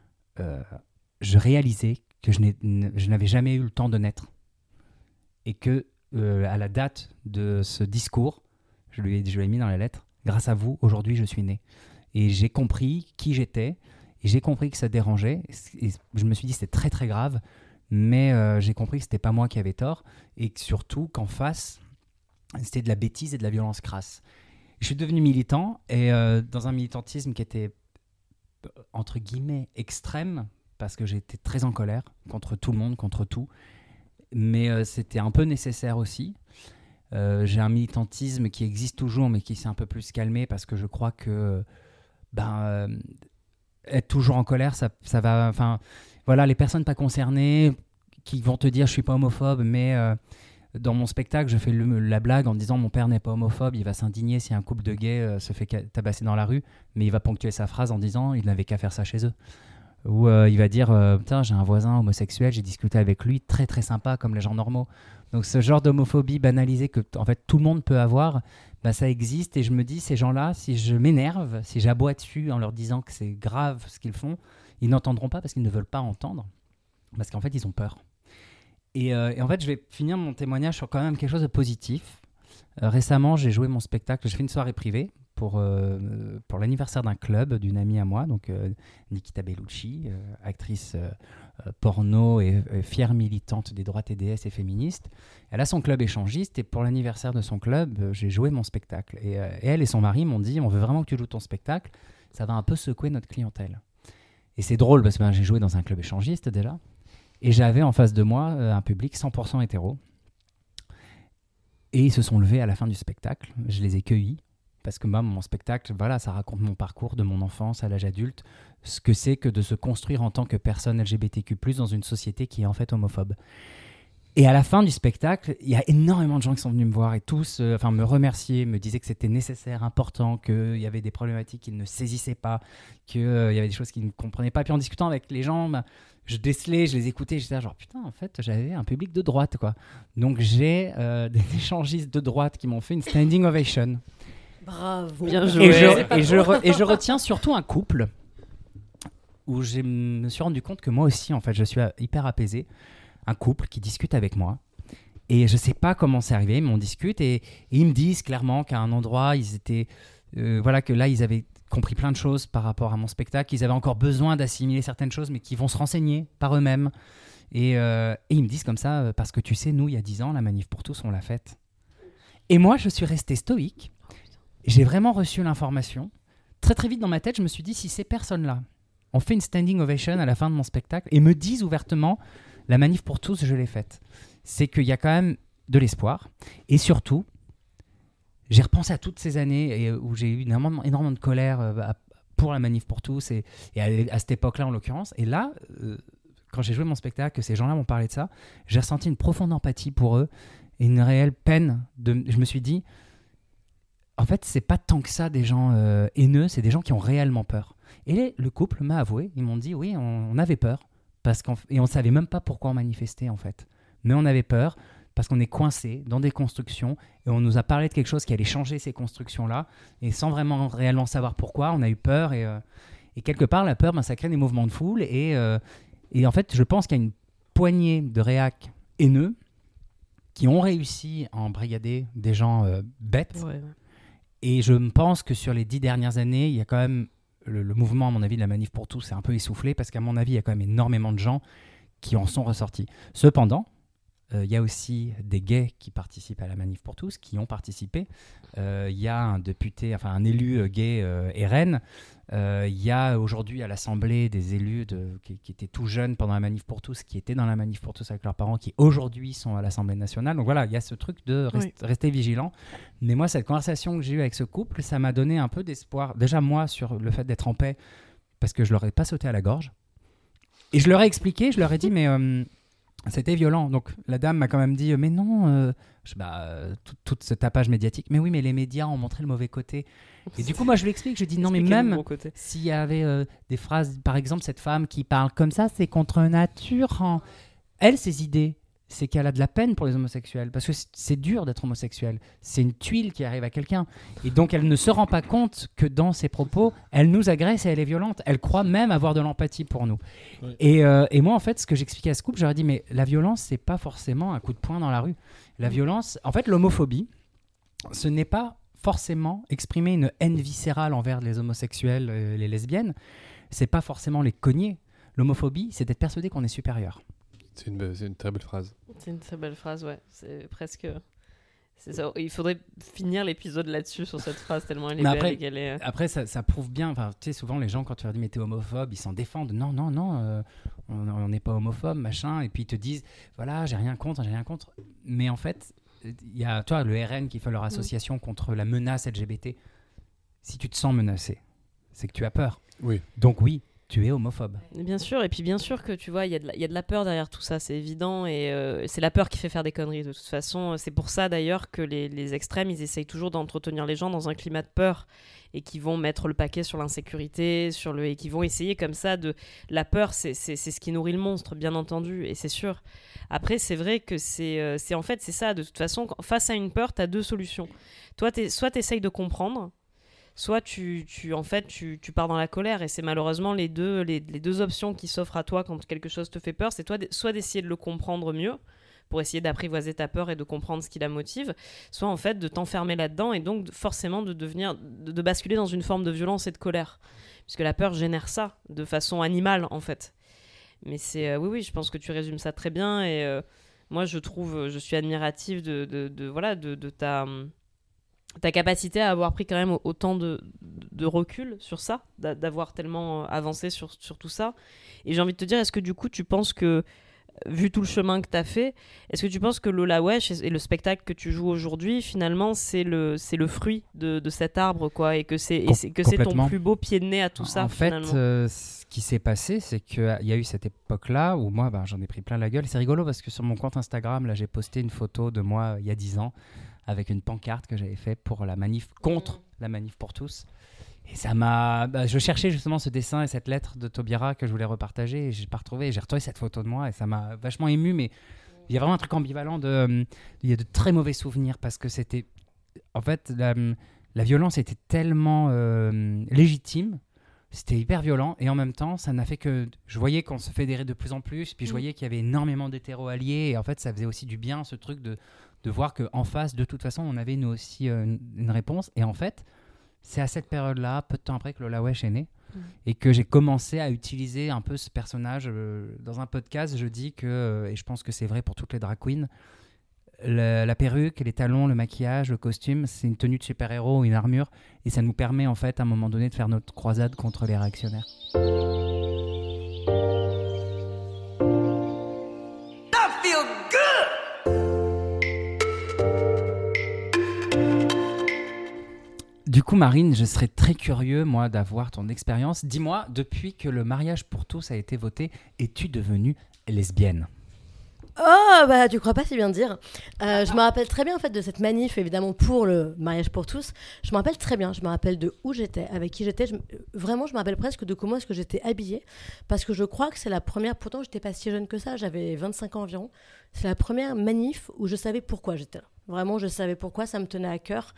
je réalisais que je n'avais jamais eu le temps de naître. Et que à la date de ce discours, je lui ai mis dans la lettre, grâce à vous, aujourd'hui, je suis né. Et j'ai compris qui j'étais, et j'ai compris que ça dérangeait. Et je me suis dit, c'est très très grave, mais j'ai compris que c'était pas moi qui avais tort, et que surtout qu'en face, c'était de la bêtise et de la violence crasse. Je suis devenu militant, et dans un militantisme qui était, entre guillemets, extrême, parce que j'étais très en colère contre tout le monde, contre tout. Mais c'était un peu nécessaire aussi. J'ai un militantisme qui existe toujours, mais qui s'est un peu plus calmé, parce que je crois que être toujours en colère, ça va... Enfin, voilà, les personnes pas concernées qui vont te dire « je suis pas homophobe », mais dans mon spectacle, je fais la blague en disant « mon père n'est pas homophobe, il va s'indigner si un couple de gays se fait tabasser dans la rue », mais il va ponctuer sa phrase en disant « il n'avait qu'à faire ça chez eux ». Où il va dire putain, j'ai un voisin homosexuel, j'ai discuté avec lui, très très sympa comme les gens normaux. Donc ce genre d'homophobie banalisée que en fait tout le monde peut avoir, ça existe, et je me dis, ces gens-là, si je m'énerve, si j'aboie dessus en leur disant que c'est grave ce qu'ils font, ils n'entendront pas parce qu'ils ne veulent pas entendre, parce qu'en fait ils ont peur. Et en fait je vais finir mon témoignage sur quand même quelque chose de positif. Récemment j'ai joué mon spectacle, j'ai fait une soirée privée pour l'anniversaire d'un club d'une amie à moi, donc Nikita Bellucci, actrice porno et fière militante des droits TDS et féministe. Elle a son club échangiste et pour l'anniversaire de son club, j'ai joué mon spectacle. Et elle et son mari m'ont dit, on veut vraiment que tu joues ton spectacle, ça va un peu secouer notre clientèle. Et c'est drôle parce que j'ai joué dans un club échangiste déjà et j'avais en face de moi un public 100% hétéro. Et ils se sont levés à la fin du spectacle. Je les ai cueillis parce que moi, mon spectacle, voilà, ça raconte mon parcours de mon enfance à l'âge adulte, ce que c'est que de se construire en tant que personne LGBTQ+, dans une société qui est en fait homophobe. Et à la fin du spectacle, il y a énormément de gens qui sont venus me voir et tous me remercier, me disaient que c'était nécessaire, important, qu'il y avait des problématiques qu'ils ne saisissaient pas, qu'il y avait des choses qu'ils ne comprenaient pas. Puis en discutant avec les gens, je décelais, je les écoutais, j'étais genre putain, en fait, j'avais un public de droite, quoi. Donc j'ai des échangistes de droite qui m'ont fait une standing ovation. Bravo. Bien joué. Et je retiens surtout un couple où je me suis rendu compte que moi aussi, en fait, je suis hyper apaisé. Un couple qui discute avec moi. Et je sais pas comment c'est arrivé, mais on discute et ils me disent clairement qu'à un endroit, ils étaient... que là, ils avaient compris plein de choses par rapport à mon spectacle, qu'ils avaient encore besoin d'assimiler certaines choses, mais qu'ils vont se renseigner par eux-mêmes. Et ils me disent comme ça, parce que tu sais, nous, il y a 10 ans, la Manif pour tous, on l'a faite. Et moi, je suis resté stoïque. J'ai vraiment reçu l'information. Très, très vite dans ma tête, je me suis dit, si ces personnes-là ont fait une standing ovation à la fin de mon spectacle et me disent ouvertement, la Manif pour tous, je l'ai faite, c'est qu'il y a quand même de l'espoir. Et surtout, j'ai repensé à toutes ces années où j'ai eu énormément de colère pour la Manif pour tous et à cette époque-là en l'occurrence. Et là, quand j'ai joué mon spectacle, que ces gens-là m'ont parlé de ça, j'ai ressenti une profonde empathie pour eux et une réelle peine. Je me suis dit, en fait, c'est pas tant que ça des gens haineux, c'est des gens qui ont réellement peur. Et le couple m'a avoué, ils m'ont dit, oui, on avait peur. Et on ne savait même pas pourquoi on manifestait, en fait. Mais on avait peur parce qu'on est coincé dans des constructions et on nous a parlé de quelque chose qui allait changer ces constructions-là. Et sans vraiment réellement savoir pourquoi, on a eu peur. Et quelque part, la peur, ça crée des mouvements de foule. Et en fait, je pense qu'il y a une poignée de réacs haineux qui ont réussi à embrigader des gens bêtes. Ouais. Et je pense que sur les 10 dernières années, il y a quand même... Le mouvement, à mon avis, de la Manif pour tous, c'est un peu essoufflé parce qu'à mon avis, il y a quand même énormément de gens qui en sont ressortis. Cependant, il y a aussi des gays qui participent à la Manif pour tous, qui ont participé. Il y a un élu gay RN. Il y a aujourd'hui à l'Assemblée des élus qui étaient tout jeunes pendant la Manif pour tous, qui étaient dans la Manif pour tous avec leurs parents, qui aujourd'hui sont à l'Assemblée nationale. Donc voilà, il y a ce truc de rester vigilant. Mais moi, cette conversation que j'ai eue avec ce couple, ça m'a donné un peu d'espoir. Déjà, moi, sur le fait d'être en paix, parce que je leur ai pas sauté à la gorge. Et je leur ai expliqué, je leur ai dit, mais... c'était violent. Donc la dame m'a quand même dit mais non, tout ce tapage médiatique. Mais oui, mais les médias ont montré le mauvais côté. Et du coup, moi je lui explique, je dis non, mais même s'il y avait des phrases, par exemple cette femme qui parle comme ça, c'est contre nature. Elle, ses idées, c'est qu'elle a de la peine pour les homosexuels parce que c'est dur d'être homosexuel. C'est une tuile qui arrive à quelqu'un. Et donc elle ne se rend pas compte que dans ses propos, elle nous agresse et elle est violente. Elle croit même avoir de l'empathie pour nous. Oui. Et moi, en fait, ce que j'expliquais à ce couple, j'aurais dit, mais la violence, c'est pas forcément un coup de poing dans la rue. La violence, en fait, l'homophobie, ce n'est pas forcément exprimer une haine viscérale envers les homosexuels, les lesbiennes. C'est pas forcément les cogner. L'homophobie, c'est d'être persuadé qu'on est supérieur. C'est une très belle phrase. C'est une très belle phrase, ouais. C'est presque... C'est ça. Il faudrait finir l'épisode là-dessus, sur cette phrase, tellement elle est belle et qu'elle est... Après, ça prouve bien... Tu sais, souvent, les gens, quand tu leur dis « mais t'es homophobe », ils s'en défendent. Non, on n'est pas homophobe, machin. Et puis, ils te disent « voilà, j'ai rien contre. » Mais en fait, il y a, toi, le RN qui fait leur association contre la menace LGBT. Si tu te sens menacé, c'est que tu as peur. Oui. Donc oui, tu es homophobe. Bien sûr, et puis bien sûr que tu vois, il y a de la peur derrière tout ça, c'est évident, et c'est la peur qui fait faire des conneries de toute façon. C'est pour ça d'ailleurs que les extrêmes, ils essayent toujours d'entretenir les gens dans un climat de peur, et qui vont mettre le paquet sur l'insécurité, et qui vont essayer comme ça de... La peur, c'est ce qui nourrit le monstre, bien entendu, et c'est sûr. Après, c'est vrai que c'est en fait, c'est ça, de toute façon, face à une peur, tu as deux solutions. Toi, soit tu essayes de comprendre, soit tu pars dans la colère, et c'est malheureusement les deux options qui s'offrent à toi quand quelque chose te fait peur. C'est toi soit d'essayer de le comprendre mieux pour essayer d'apprivoiser ta peur et de comprendre ce qui la motive, soit en fait de t'enfermer là-dedans et donc forcément de basculer dans une forme de violence et de colère. Puisque la peur génère ça de façon animale en fait. Mais c'est oui, je pense que tu résumes ça très bien et moi je suis admirative de ta capacité à avoir pris quand même autant de recul sur ça, d'avoir tellement avancé sur tout ça. Et j'ai envie de te dire, est-ce que du coup tu penses que, vu tout le chemin que tu as fait, est-ce que tu penses que Lola Wesh et le spectacle que tu joues aujourd'hui, finalement, c'est le fruit de cet arbre, quoi, et que c'est ton plus beau pied de nez à tout ça, en finalement. fait, ce qui s'est passé, c'est qu'il y a eu cette époque-là où moi, j'en ai pris plein la gueule. C'est rigolo parce que sur mon compte Instagram, là, j'ai posté une photo de moi il y a 10 ans avec une pancarte que j'avais faite pour la manif contre la manif pour tous. Et ça m'a... je cherchais justement ce dessin et cette lettre de Taubira que je voulais repartager et je n'ai pas retrouvé. Et j'ai retrouvé cette photo de moi et ça m'a vachement ému. Mais il y a vraiment un truc ambivalent. Il y a de très mauvais souvenirs parce que c'était... En fait, la violence était tellement légitime. C'était hyper violent. Et en même temps, ça n'a fait que... Je voyais qu'on se fédérait de plus en plus. Puis je voyais qu'il y avait énormément d'hétéros alliés. Et en fait, ça faisait aussi du bien, ce truc de voir qu'en face, de toute façon, on avait nous aussi une réponse. Et en fait... C'est à cette période-là, peu de temps après que Lola Wesh est née, et que j'ai commencé à utiliser un peu ce personnage. Dans un podcast, je dis que, et je pense que c'est vrai pour toutes les drag queens, la perruque, les talons, le maquillage, le costume, c'est une tenue de super-héros, une armure, et ça nous permet en fait à un moment donné de faire notre croisade contre les réactionnaires. That feel good! Du coup, Marine, je serais très curieux, moi, d'avoir ton expérience. Dis-moi, depuis que le mariage pour tous a été voté, es-tu devenue lesbienne ? Oh, tu crois pas si bien dire. Je me rappelle très bien en fait de cette manif, évidemment, pour le mariage pour tous. Je me rappelle très bien, je me rappelle de où j'étais, avec qui j'étais. Vraiment, je me rappelle presque de comment est-ce que j'étais habillée. Parce que je crois que c'est la première, pourtant j'étais pas si jeune que ça, j'avais 25 ans environ. C'est la première manif où je savais pourquoi j'étais là. Vraiment, je savais pourquoi, ça me tenait à cœur.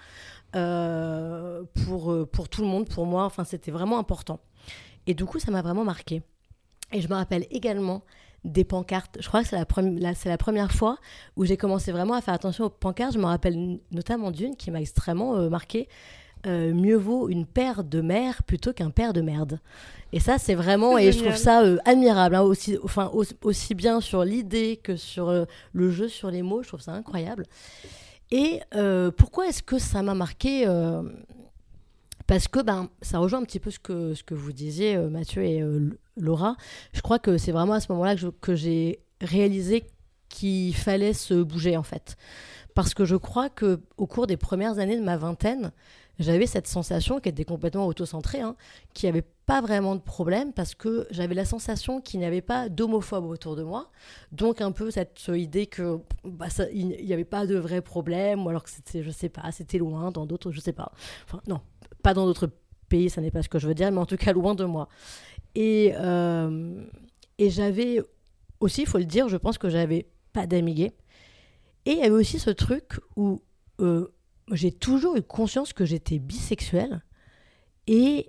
Pour tout le monde, pour moi, enfin, c'était vraiment important. Et du coup, ça m'a vraiment marquée. Et je me rappelle également des pancartes. Je crois que c'est la première fois où j'ai commencé vraiment à faire attention aux pancartes. Je me rappelle notamment d'une qui m'a extrêmement marquée. Mieux vaut une paire de mères plutôt qu'un père de merde. Et ça, c'est vraiment... Et je trouve ça admirable. Hein, aussi bien sur l'idée que sur le jeu, sur les mots. Je trouve ça incroyable. Et pourquoi est-ce que ça m'a marqué parce que ça rejoint un petit peu ce que vous disiez, Mathieu et Laura. Je crois que c'est vraiment à ce moment-là que j'ai réalisé qu'il fallait se bouger, en fait. Parce que je crois qu'au cours des premières années de ma vingtaine, j'avais cette sensation qui était complètement autocentrée, qu'il n'y avait pas vraiment de problème, parce que j'avais la sensation qu'il n'y avait pas d'homophobes autour de moi. Donc un peu cette idée que il n'y avait pas de vrai problème, ou alors que c'était, je sais pas, c'était loin, dans d'autres, je sais pas. Enfin, non, pas dans d'autres pays, ça n'est pas ce que je veux dire, mais en tout cas loin de moi. Et j'avais aussi, il faut le dire, je pense que j'avais pas d'amis gays. Et il y avait aussi ce truc où j'ai toujours eu conscience que j'étais bisexuelle. Et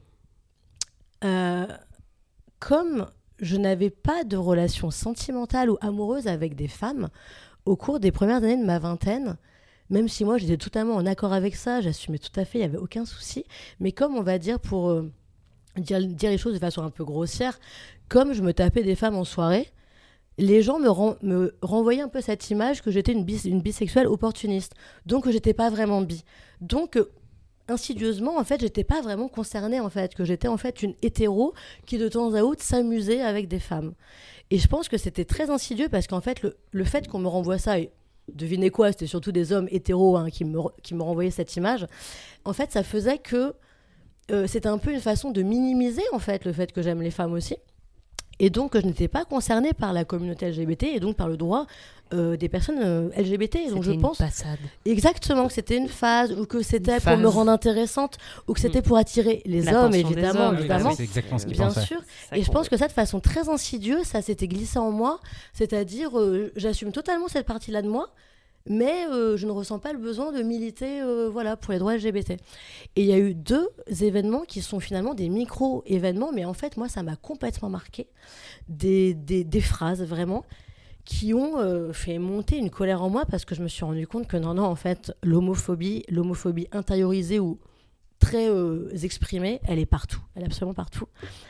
comme je n'avais pas de relation sentimentale ou amoureuse avec des femmes, au cours des premières années de ma vingtaine, même si moi j'étais totalement en accord avec ça, j'assumais tout à fait, il n'y avait aucun souci. Mais comme on va dire, pour dire les choses de façon un peu grossière, comme je me tapais des femmes en soirée, les gens me renvoyaient un peu cette image que j'étais une bisexuelle opportuniste. Donc que j'étais pas vraiment bi. Donc insidieusement, en fait, j'étais pas vraiment concernée, en fait, que j'étais en fait une hétéro qui de temps à autre s'amusait avec des femmes. Et je pense que c'était très insidieux parce qu'en fait, le fait qu'on me renvoie ça, et devinez quoi, c'était surtout des hommes hétéros qui me renvoyaient cette image, en fait, ça faisait que c'était un peu une façon de minimiser, en fait, le fait que j'aime les femmes aussi. Et donc, je n'étais pas concernée par la communauté LGBT et donc par le droit des personnes LGBT. Et donc, je pense passade. Exactement, que c'était une phase ou que c'était pour me rendre intéressante ou que c'était pour attirer les hommes, évidemment. C'est exactement ce qu'il bien pensait. sûr. Et je pense que ça, de façon très insidieuse, ça s'était glissé en moi. C'est-à-dire, j'assume totalement cette partie-là de moi, mais je ne ressens pas le besoin de militer pour les droits LGBT. Et il y a eu 2 événements qui sont finalement des micro-événements, mais en fait, moi, ça m'a complètement marqué. Des phrases, vraiment, qui ont fait monter une colère en moi parce que je me suis rendu compte que non, en fait, l'homophobie intériorisée ou très exprimée, elle est partout, elle est absolument partout.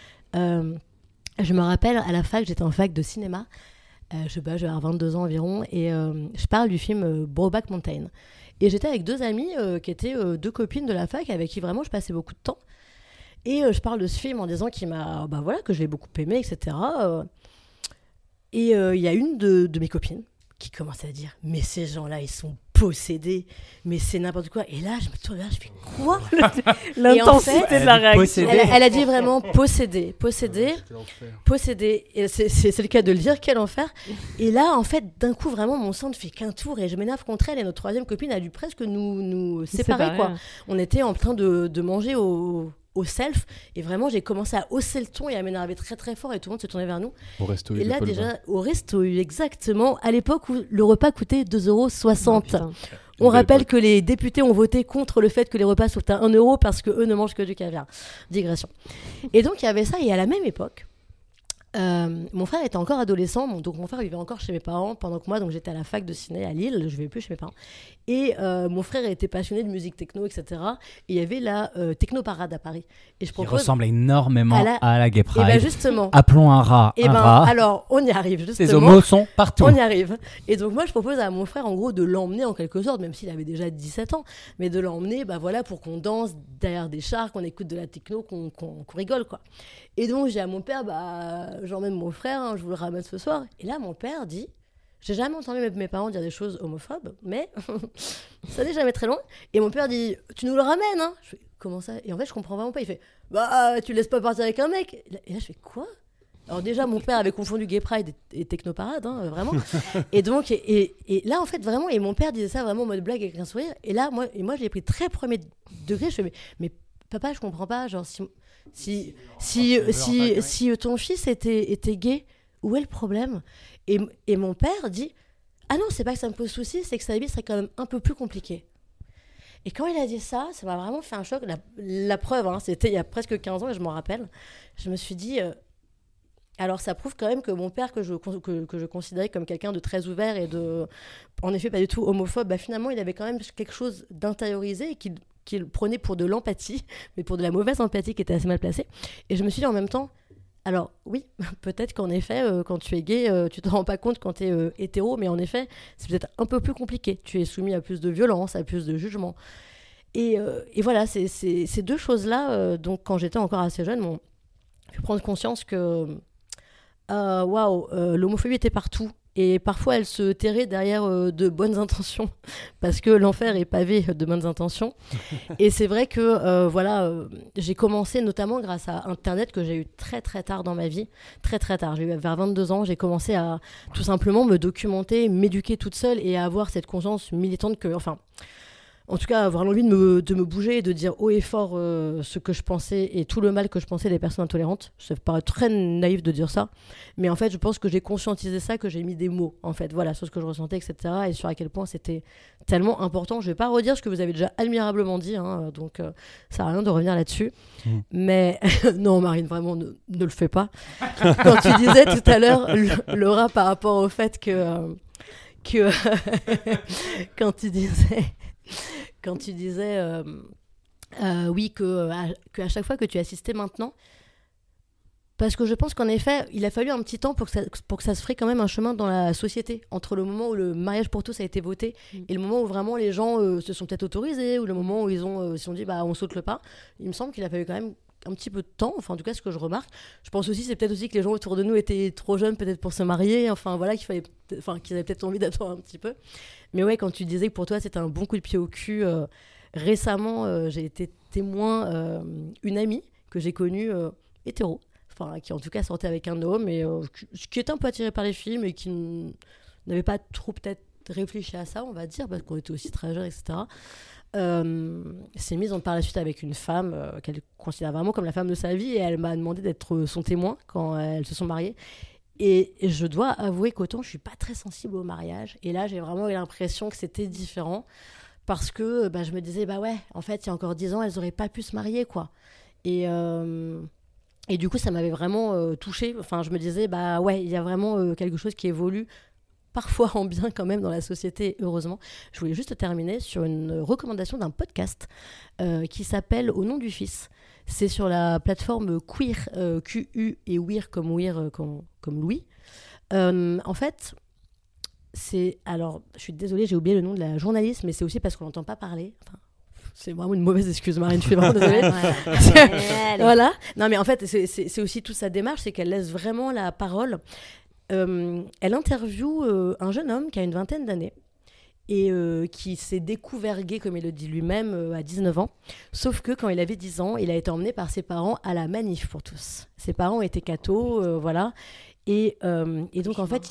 Je me rappelle, à la fac, j'étais en fac de cinéma, je vais avoir 22 ans environ, et je parle du film Brokeback Mountain. Et j'étais avec 2 amies qui étaient 2 copines de la fac avec qui vraiment je passais beaucoup de temps. Et je parle de ce film en disant que je l'ai beaucoup aimé, etc. Et il y a une de mes copines qui commence à dire « Mais ces gens-là, ils sont possédés, mais c'est n'importe quoi. » Et là, je me tourne vers, je fais « Quoi ?» L'intensité de la réaction. Elle a dit vraiment « possédé ». Et c'est le cas de le dire, quel enfer. Et là, en fait, d'un coup, vraiment, mon sang ne fait qu'un tour et je m'énerve contre elle. Et notre 3e copine a dû presque nous séparer, quoi. On était en train de manger au self, et vraiment j'ai commencé à hausser le ton et à m'énerver très très fort et tout le monde se tournait vers nous. Au resto. Et là déjà, au resto, exactement, à l'époque où le repas coûtait 2,60 €. On rappelle que les députés ont voté contre le fait que les repas soient à 1 € parce qu'eux ne mangent que du caviar. Digression. Et donc il y avait ça, et à la même époque, mon frère était encore adolescent, donc mon frère vivait encore chez mes parents pendant que moi, donc j'étais à la fac de ciné à Lille, je vivais plus chez mes parents. Et mon frère était passionné de musique techno, etc. Et il y avait la Techno Parade à Paris. Et je Qui ressemble énormément à la Gay Pride. Et ben justement. Appelons un rat un rat. Alors, on y arrive justement. Ces homos sont partout. On y arrive. Et donc moi, je propose à mon frère, en gros, de l'emmener en quelque sorte, même s'il avait déjà 17 ans, mais de l'emmener, pour qu'on danse derrière des chars, qu'on écoute de la techno, qu'on rigole, quoi. Et donc, j'ai à mon père, j'emmène mon frère, hein, je vous le ramène ce soir. Et là, mon père dit, j'ai jamais entendu mes parents dire des choses homophobes, mais ça n'est jamais très loin. Et mon père dit, tu nous le ramènes, hein. Je fais, comment ça? Et en fait, je comprends vraiment pas. Il fait, tu laisses pas partir avec un mec. Et là, je fais, quoi? Alors déjà, mon père avait confondu Gay Pride et Technoparade, hein, vraiment. Et donc, et là, en fait, vraiment, et mon père disait ça vraiment en mode blague avec un sourire. Et là, moi je l'ai pris très premier degré. Je fais, mais papa, je comprends pas. Genre, si ton fils était gay, où est le problème? Et mon père dit, ah non, c'est pas que ça me pose souci, c'est que sa vie serait quand même un peu plus compliquée. Et quand il a dit ça m'a vraiment fait un choc. La preuve, hein, c'était il y a presque 15 ans, et je m'en rappelle. Je me suis dit, alors ça prouve quand même que mon père, que je considérais comme quelqu'un de très ouvert et en effet pas du tout homophobe, finalement il avait quand même quelque chose d'intériorisé et qu'il prenait pour de l'empathie, mais pour de la mauvaise empathie qui était assez mal placée. Et je me suis dit en même temps, alors oui, peut-être qu'en effet, quand tu es gay, tu te rends pas compte quand tu es hétéro, mais en effet, c'est peut-être un peu plus compliqué. Tu es soumis à plus de violence, à plus de jugement. Et voilà, ces 2 choses-là, donc quand j'étais encore assez jeune, m'ont fait prendre conscience que l'homophobie était partout. Et parfois, elle se terrait derrière de bonnes intentions, parce que l'enfer est pavé de bonnes intentions. Et c'est vrai que j'ai commencé, notamment grâce à Internet, que j'ai eu très très tard dans ma vie, très très tard. J'ai eu vers 22 ans, j'ai commencé à tout simplement me documenter, m'éduquer toute seule et à avoir cette conscience militante que, en tout cas, avoir l'envie de me bouger et de dire haut et fort ce que je pensais et tout le mal que je pensais des personnes intolérantes. Ça paraît très naïf de dire ça, mais en fait, je pense que j'ai conscientisé ça, que j'ai mis des mots, en fait, voilà, sur ce que je ressentais, etc. et sur à quel point c'était tellement important. Je vais pas redire ce que vous avez déjà admirablement dit, hein, donc ça n'a rien de revenir là-dessus. Mais non, Marine, vraiment, ne le fais pas. Quand tu disais tout à l'heure, Laura, par rapport au fait que quand tu disais oui, qu'à chaque fois que tu assistais maintenant, parce que je pense qu'en effet, il a fallu un petit temps pour que ça se ferait quand même un chemin dans la société, entre le moment où le mariage pour tous a été voté et le moment où vraiment les gens se sont peut-être autorisés, ou le moment où ils se sont dit on saute le pas. Il me semble qu'il a fallu quand même un petit peu de temps, enfin en tout cas ce que je remarque. Je pense aussi, c'est peut-être aussi que les gens autour de nous étaient trop jeunes peut-être pour se marier, qu'ils avaient peut-être envie d'attendre un petit peu. Mais ouais, quand tu disais que pour toi c'était un bon coup de pied au cul, récemment j'ai été témoin une amie que j'ai connue hétéro, qui en tout cas sortait avec un homme et qui était un peu attirée par les filles, mais qui n'avait pas trop peut-être réfléchi à ça, on va dire, parce qu'on était aussi très jeunes, etc. S'est mise par la suite avec une femme qu'elle considère vraiment comme la femme de sa vie, et elle m'a demandé d'être son témoin quand elles se sont mariées. Et je dois avouer qu'autant je suis pas très sensible au mariage, et là j'ai vraiment eu l'impression que c'était différent, parce que je me disais en fait il y a encore 10 ans elles auraient pas pu se marier, quoi. Et du coup ça m'avait vraiment touchée. Enfin je me disais il y a vraiment quelque chose qui évolue parfois en bien quand même dans la société, heureusement. Je voulais juste terminer sur une recommandation d'un podcast qui s'appelle Au nom du Fils. C'est sur la plateforme Queer, Q-U et Weir comme Louis. En fait, alors, je suis désolée, j'ai oublié le nom de la journaliste, mais c'est aussi parce qu'on n'entend pas parler. Enfin, c'est vraiment une mauvaise excuse, Marine, je suis vraiment désolée. Voilà. Non, mais en fait, c'est aussi toute sa démarche, c'est qu'elle laisse vraiment la parole. Elle interviewe un jeune homme qui a une vingtaine d'années et qui s'est découvert gay, comme il le dit lui-même, à 19 ans. Sauf que quand il avait 10 ans, il a été emmené par ses parents à la Manif pour tous. Ses parents étaient cathos, voilà. Et donc, en fait,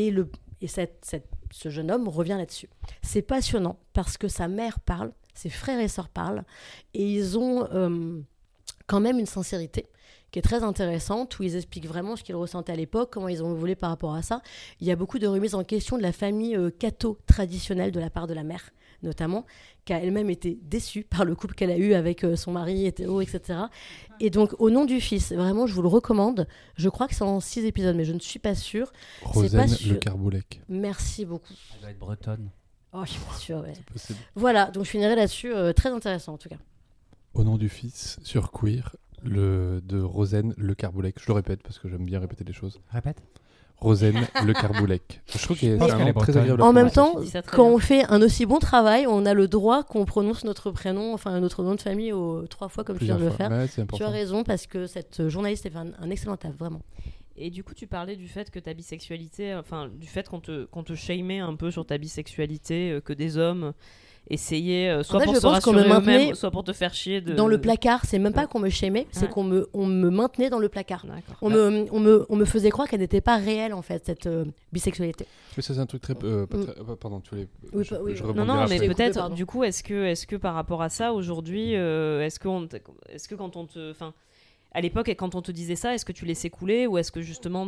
ce jeune homme revient là-dessus. C'est passionnant parce que sa mère parle, ses frères et sœurs parlent, et ils ont quand même une sincérité qui est très intéressante, où ils expliquent vraiment ce qu'ils ressentaient à l'époque, comment ils ont évolué par rapport à ça. Il y a beaucoup de remises en question de la famille catho traditionnelle de la part de la mère, notamment, qui a elle-même été déçue par le couple qu'elle a eu avec son mari hétéro, etc. Et donc, Au nom du Fils, vraiment, je vous le recommande. Je crois que c'est en 6 épisodes, mais je ne suis pas sûre. Rosen Le Carboulec. Merci beaucoup. Elle doit être bretonne. Oh, je suis pas sûre, ouais. C'est possible. Voilà, donc je finirai là-dessus. Très intéressant, en tout cas. Au nom du Fils, sur Queer, de Rosen Le Carboulec. Je le répète parce que j'aime bien répéter les choses. Répète. Rosen Le Carboulec. Je trouve qu'il pense est un qu'elle est nom très bretonne. agréable. à En même prononcer. temps, Tu dis ça très quand bien. on fait un aussi bon travail, on a le droit qu'on prononce notre prénom, enfin notre nom de famille 3 fois comme tu viens de le Plusieurs faire. fois. Ouais, c'est Tu important. as raison, parce que cette journaliste a fait un excellent taf, vraiment. Et du coup, tu parlais du fait que ta bisexualité, enfin, du fait qu'on te shamait un peu sur ta bisexualité, que des hommes essayaient soit fait, pour je se pense qu'on me rassurer eux-mêmes, maintenait soit pour te faire chier. Dans le placard, c'est même pas qu'on me shamait, c'est Ouais. on me maintenait dans le placard. D'accord. On me faisait croire qu'elle n'était pas réelle, en fait, cette bisexualité. Mais ça, c'est un truc très. Pardon, tu voulais. Oui, je oui, je non, rebondis Non, non, après. mais Je t'ai coupé, peut-être, pardon. du coup, est-ce que par rapport à ça, aujourd'hui, est-ce que quand on te. Enfin, à l'époque, quand on te disait ça, est-ce que tu laissais couler ou est-ce que justement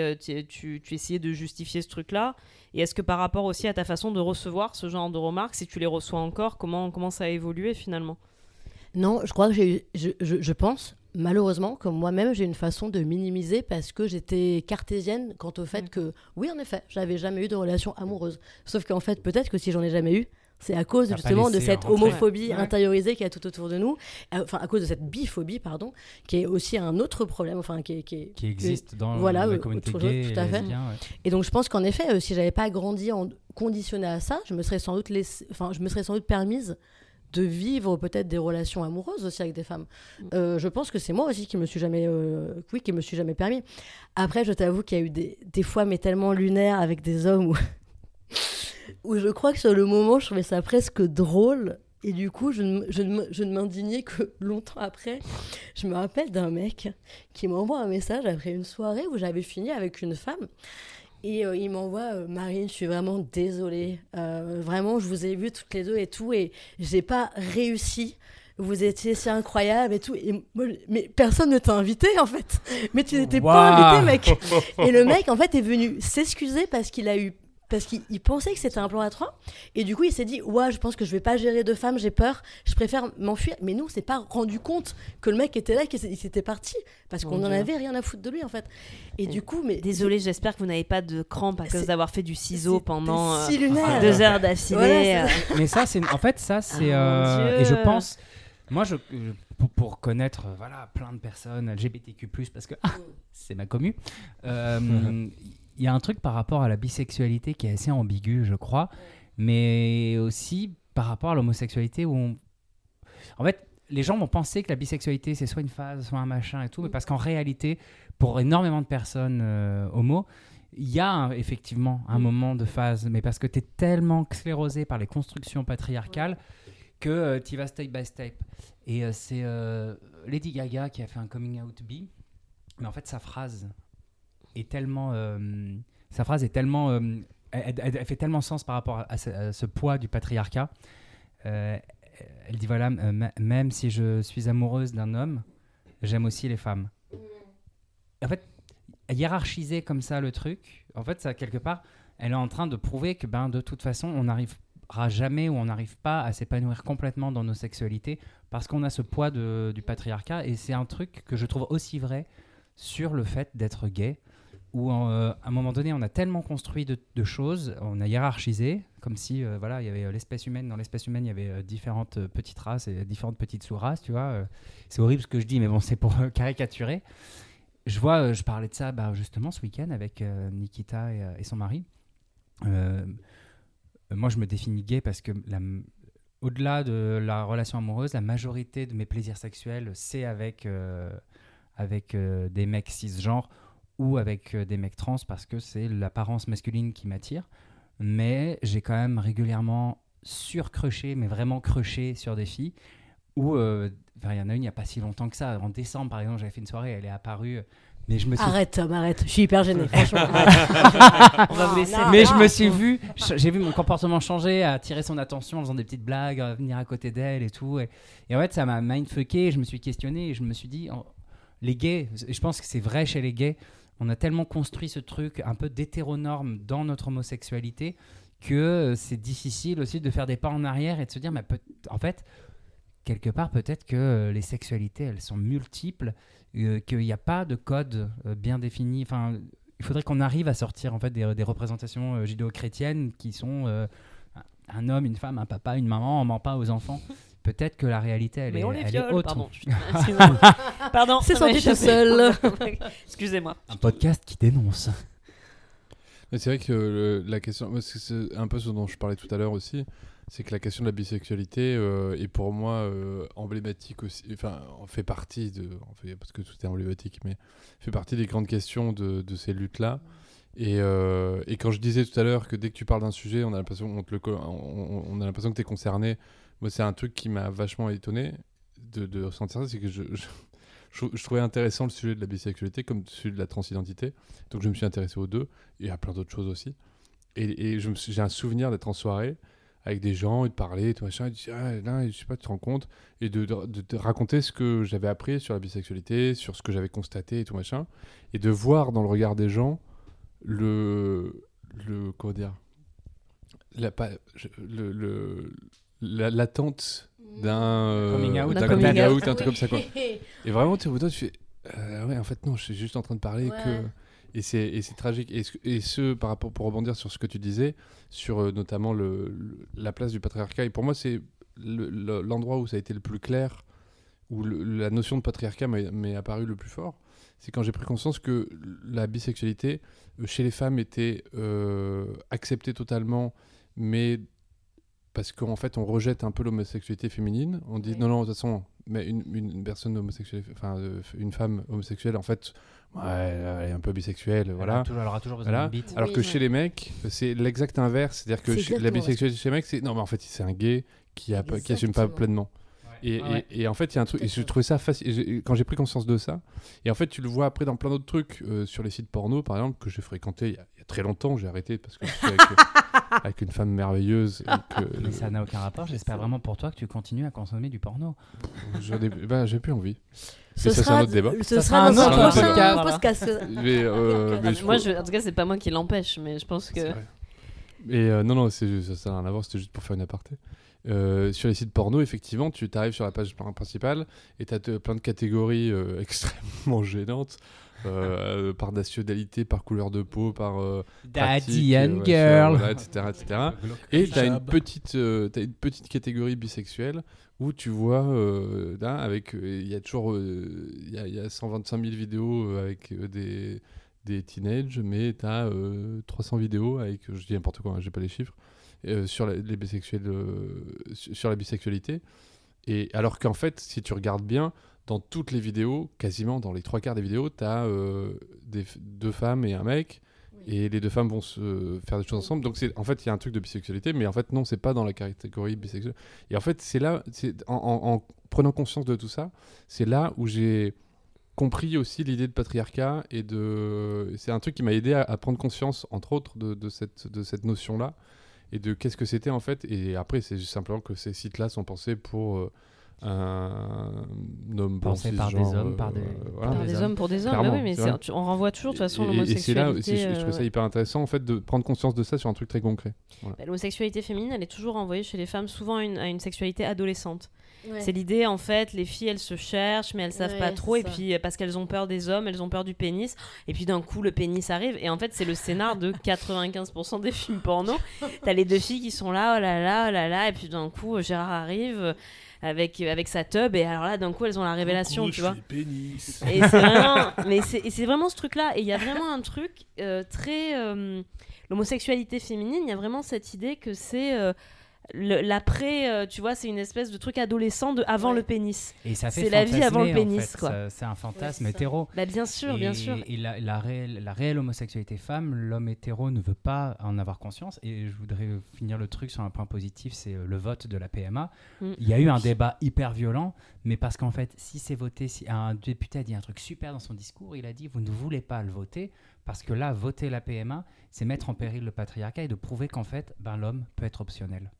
tu essayais de justifier ce truc-là? Et est-ce que par rapport aussi à ta façon de recevoir ce genre de remarques, si tu les reçois encore, comment ça a évolué finalement? Non, je crois que je pense, malheureusement, comme moi-même, j'ai une façon de minimiser parce que j'étais cartésienne quant au fait que, oui, en effet, j'avais jamais eu de relation amoureuse. Sauf qu'en fait, peut-être que si j'en ai jamais eu, c'est à cause T'as pas justement de laissé cette rentrer. homophobie Ouais. intériorisée qu'il y a tout autour de nous, enfin à cause de cette biphobie, pardon, qui est aussi un autre problème, enfin qui Qui existe dans Voilà, la communauté autre chose, gay et tout à fait. lesbien. Ouais. Et donc je pense qu'en effet, si j'avais pas grandi conditionnée à ça, je me serais sans doute permise de vivre peut-être des relations amoureuses aussi avec des femmes. Je pense que c'est moi aussi qui me suis jamais permis. Après, je t'avoue qu'il y a eu des fois, mais tellement lunaires avec des hommes où je crois que sur le moment, je trouvais ça presque drôle. Et du coup, je ne m'indignais que longtemps après. Je me rappelle d'un mec qui m'envoie un message après une soirée où j'avais fini avec une femme. Et il m'envoie Marine, je suis vraiment désolée. Vraiment, je vous ai vues toutes les deux et tout. Et j'ai pas réussi. Vous étiez si incroyable et tout. Et moi, mais personne ne t'a invité, en fait. Mais tu n'étais pas invité, mec. Et le mec, en fait, est venu s'excuser parce qu'il pensait que c'était un plan à 3. Et du coup, il s'est dit, ouais, je pense que je vais pas gérer de femmes, j'ai peur, je préfère m'enfuir. Mais nous, on s'est pas rendu compte que le mec était là, qu'il s'était parti. Parce qu'on Mon en Dieu. avait rien à foutre de lui, en fait. Et du coup, mais. Désolée, j'espère que vous n'avez pas de crampes à cause C'est- d'avoir fait du ciseau C'était pendant si lunaire. 2 heures d'affilée. Voilà, Mais ça, c'est en fait ça, c'est Ah, mon et je Dieu. pense, moi, pour connaître voilà plein de personnes LGBTQ+, parce que c'est ma commu. Il y a un truc par rapport à la bisexualité qui est assez ambigu, je crois, mais aussi par rapport à l'homosexualité où en fait, les gens vont penser que la bisexualité, c'est soit une phase, soit un machin et tout, mais parce qu'en réalité, pour énormément de personnes homo, il y a effectivement un moment de phase, mais parce que tu es tellement sclérosé par les constructions patriarcales que tu y vas step by step. Et c'est Lady Gaga qui a fait un coming out bi, mais en fait, sa phrase est tellement... elle fait tellement sens par rapport à ce poids du patriarcat. Elle dit voilà, même si je suis amoureuse d'un homme, j'aime aussi les femmes. En fait, hiérarchiser comme ça le truc, en fait, ça quelque part, elle est en train de prouver que de toute façon, on n'arrivera jamais ou on n'arrive pas à s'épanouir complètement dans nos sexualités parce qu'on a ce poids du patriarcat. Et c'est un truc que je trouve aussi vrai sur le fait d'être gay. où à un moment donné, on a tellement construit de choses, on a hiérarchisé, comme si voilà, il y avait l'espèce humaine. Dans l'espèce humaine, il y avait différentes petites races et différentes petites sous-races, tu vois. C'est horrible ce que je dis, mais bon, c'est pour caricaturer. Je parlais de ça justement ce week-end avec Nikita et son mari. Moi, je me définis gay parce que au-delà de la relation amoureuse, la majorité de mes plaisirs sexuels, c'est avec des mecs cisgenres ou avec des mecs trans parce que c'est l'apparence masculine qui m'attire. Mais j'ai quand même régulièrement surcrushé, mais vraiment crushé sur des filles où il y en a une il n'y a pas si longtemps que ça. En décembre, par exemple, j'avais fait une soirée, elle est apparue. Mais je me suis... Arrête, Tom, arrête. Je suis hyper gênée, franchement. On va vous laisser. Mais je me suis j'ai vu mon comportement changer, à attirer son attention en faisant des petites blagues, à venir à côté d'elle et tout. Et en fait, ça m'a mindfucké, je me suis questionné et je me suis dit, les gays, je pense que c'est vrai chez les gays, on a tellement construit ce truc un peu d'hétéronorme dans notre homosexualité que c'est difficile aussi de faire des pas en arrière et de se dire, mais en fait, quelque part, peut-être que les sexualités, elles sont multiples, qu'il n'y a pas de code bien défini. Enfin, il faudrait qu'on arrive à sortir en fait des représentations judéo-chrétiennes qui sont un homme, une femme, un papa, une maman, on ment pas aux enfants. Peut-être que la réalité, elle est autre. Pardon, C'est sorti tout seul. Excusez-moi. Un podcast qui dénonce. Mais c'est vrai que la question, moi, c'est un peu ce dont je parlais tout à l'heure aussi, c'est que la question de la bisexualité est pour moi emblématique aussi, enfin, fait partie parce que tout est emblématique, mais fait partie des grandes questions de ces luttes-là. Et quand je disais tout à l'heure que dès que tu parles d'un sujet, on a l'impression on a l'impression que tu es concerné. Moi, c'est un truc qui m'a vachement étonné de ressentir ça, c'est que je trouvais intéressant le sujet de la bisexualité comme celui de la transidentité. Donc je me suis intéressé aux deux et à plein d'autres choses aussi. Et j'ai un souvenir d'être en soirée avec des gens et de parler et tout machin. Et de dire, là, je sais pas, tu te rends compte. Et de raconter ce que j'avais appris sur la bisexualité, sur ce que j'avais constaté et tout machin. Et de voir dans le regard des gens comment dire, l'attente d'un coming out, un truc comme ça, quoi. Et vraiment, tu fais ouais, en fait non, je suis juste en train de parler que et c'est tragique. Et par rapport, pour rebondir sur ce que tu disais sur notamment la place du patriarcat, et pour moi c'est l'endroit où ça a été le plus clair, où la notion de patriarcat m'est apparue le plus fort, c'est quand j'ai pris conscience que la bisexualité chez les femmes était acceptée totalement, mais parce qu'en fait on rejette un peu l'homosexualité féminine. On dit non, de toute façon, mais une personne homosexuelle, enfin une femme homosexuelle, en fait, elle est un peu bisexuelle, voilà. Elle aura toujours besoin d'une bite. Alors que chez les mecs, c'est l'exact inverse, c'est-à-dire que la bisexualité chez les mecs, c'est non, mais en fait c'est un gay qui assume pas pleinement. Et en fait, il y a un truc, et je trouvais ça facile quand j'ai pris conscience de ça. Et en fait, tu le vois après dans plein d'autres trucs, sur les sites porno, par exemple, que j'ai fréquenté il y a très longtemps. J'ai arrêté parce que je suis avec une femme merveilleuse. Mais ça n'a aucun rapport. J'espère vraiment pour toi que tu continues à consommer du porno. J'ai plus envie. Ce ça, c'est un autre débat. Ce sera un autre podcast. Mais, moi, en tout cas, c'est pas moi qui l'empêche, mais je pense que. Et non, ça n'a rien à voir. C'était juste pour faire une aparté. Sur les sites porno, effectivement, tu t'arrives sur la page principale et tu as plein de catégories extrêmement gênantes, par nationalité, par couleur de peau, par daddy and girl, voilà, etc. Et tu as une petite catégorie bisexuelle où tu vois avec il y a toujours il y a 125 000 vidéos avec des teenagers, mais tu as 300 vidéos avec, je dis n'importe quoi, j'ai pas les chiffres, sur les bisexuels, sur la bisexualité. Et alors qu'en fait, si tu regardes bien, dans toutes les vidéos, quasiment dans les 3/4 des vidéos, tu as deux femmes et un mec, et les deux femmes vont se faire des choses ensemble. Donc en fait, il y a un truc de bisexualité, mais en fait non, c'est pas dans la catégorie bisexuelle. Et en fait, c'est là, en prenant conscience de tout ça, c'est là où j'ai compris aussi l'idée de patriarcat, et c'est un truc qui m'a aidé à prendre conscience, entre autres, de cette notion-là, et de qu'est-ce que c'était en fait. Et après, c'est juste simplement que ces sites-là sont pensés pour un homme Pensé par des cisgenre, hommes, par des- voilà. Par des hommes pour des hommes, Clairement, bah oui, mais c'est vrai. on renvoie toujours de toute façon Et c'est là l'homosexualité. aussi, je trouve ça hyper intéressant en fait de prendre conscience de ça sur un truc très concret. Voilà. L'homosexualité féminine, elle est toujours renvoyée chez les femmes, souvent à une sexualité adolescente. Ouais. C'est l'idée, en fait, les filles, elles se cherchent, mais elles savent Ouais, pas trop, c'est et ça. puis parce qu'elles ont peur des hommes, elles ont peur du pénis, et puis d'un coup, le pénis arrive, et en fait, c'est le scénar de 95% des films porno. T'as les deux filles qui sont là, oh là là, et puis d'un coup, Gérard arrive avec sa tub, et alors là, d'un coup, elles ont la révélation, Coucou, tu vois. je fais pénis. Et c'est vraiment, c'est vraiment ce truc-là. Et il y a vraiment un truc très l'homosexualité féminine. Il y a vraiment cette idée que c'est l'après. Tu vois, c'est une espèce de truc adolescent de avant Ouais. le pénis. Et ça fait C'est la vie avant le fantasmer, en pénis, fait. quoi. C'est un fantasme Ouais, c'est ça. hétéro. Bah bien sûr, bien sûr. Et la réelle homosexualité femme, l'homme hétéro ne veut pas en avoir conscience. Et je voudrais finir le truc sur un point positif, c'est le vote de la PMA. Mm. Il y a eu un débat hyper violent, mais parce qu'en fait, si c'est voté, si un député a dit un truc super dans son discours, il a dit vous ne voulez pas le voter, parce que là, voter la PMA, c'est mettre en péril le patriarcat et de prouver qu'en fait, l'homme peut être optionnel.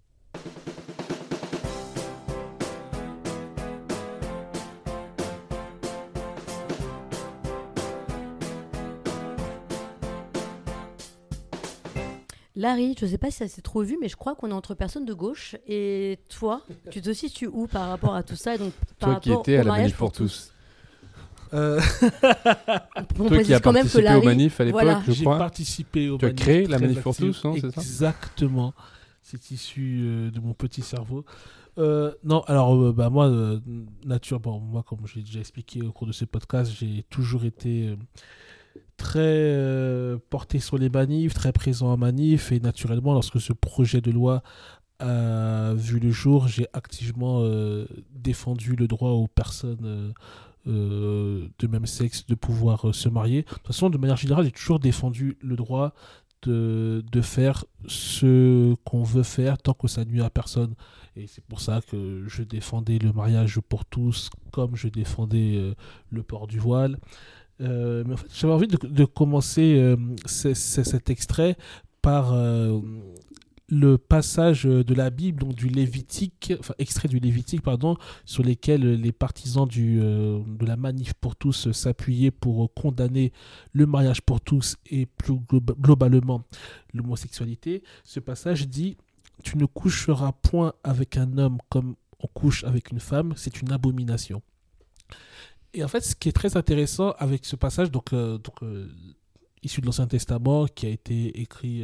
Larry, je sais pas si ça s'est trop vu, mais je crois qu'on est entre personnes de gauche. Et toi, tu te situes où par rapport à tout ça et donc, par Toi qui rapport étais au à la mariage manif pour tous. Euh, On Toi qui as précise quand même que participé Larry, aux manifs à l'époque, voilà. je J'ai crois. participé au Tu as manif créé la très manif pour active. tous, non, c'est ça ? Exactement. C'est issu de mon petit cerveau. Non, alors moi, moi, comme j'ai déjà expliqué au cours de ce podcast, j'ai toujours été très porté sur les manifs, très présent en manif, et naturellement, lorsque ce projet de loi a vu le jour, j'ai activement défendu le droit aux personnes de même sexe de pouvoir se marier. De toute façon, de manière générale, j'ai toujours défendu le droit de faire ce qu'on veut faire tant que ça nuit à personne. Et c'est pour ça que je défendais le mariage pour tous, comme je défendais le port du voile. Mais en fait, j'avais envie de commencer cet extrait par le passage de la Bible, donc du Lévitique, enfin extrait du Lévitique, pardon, sur lesquels les partisans de la manif pour tous s'appuyaient pour condamner le mariage pour tous et plus globalement l'homosexualité. Ce passage dit « Tu ne coucheras point avec un homme comme on couche avec une femme, c'est une abomination. » Et en fait, ce qui est très intéressant avec ce passage, issu de l'Ancien Testament, qui a été écrit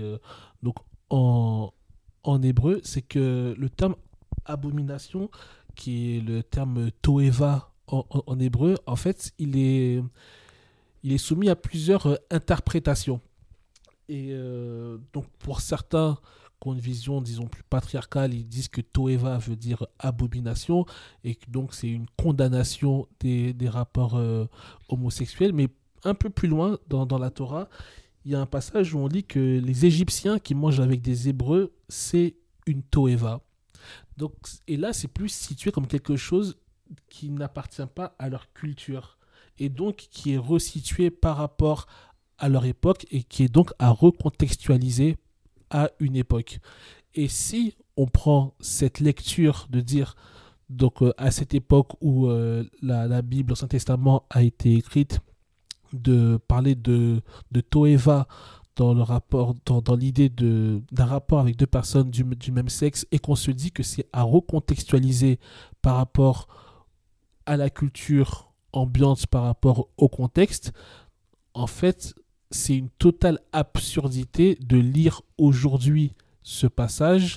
en hébreu, c'est que le terme abomination, qui est le terme toeva en hébreu, en fait, il est soumis à plusieurs interprétations. Et donc, pour certains qui ont une vision, disons, plus patriarcale, ils disent que toeva veut dire abomination, et que donc c'est une condamnation des rapports homosexuels. Mais un peu plus loin, dans la Torah, il y a un passage où on lit que les Égyptiens qui mangent avec des Hébreux, c'est une toeva. Donc, et là, c'est plus situé comme quelque chose qui n'appartient pas à leur culture, et donc qui est resitué par rapport à leur époque, et qui est donc à recontextualiser à une époque. Et si on prend cette lecture de dire, donc à cette époque où la Bible, l'Ancien Testament a été écrite, de parler de Toeva dans le rapport, dans l'idée d'un rapport avec deux personnes du même sexe, et qu'on se dit que c'est à recontextualiser par rapport à la culture ambiante, par rapport au contexte, en fait, c'est une totale absurdité de lire aujourd'hui ce passage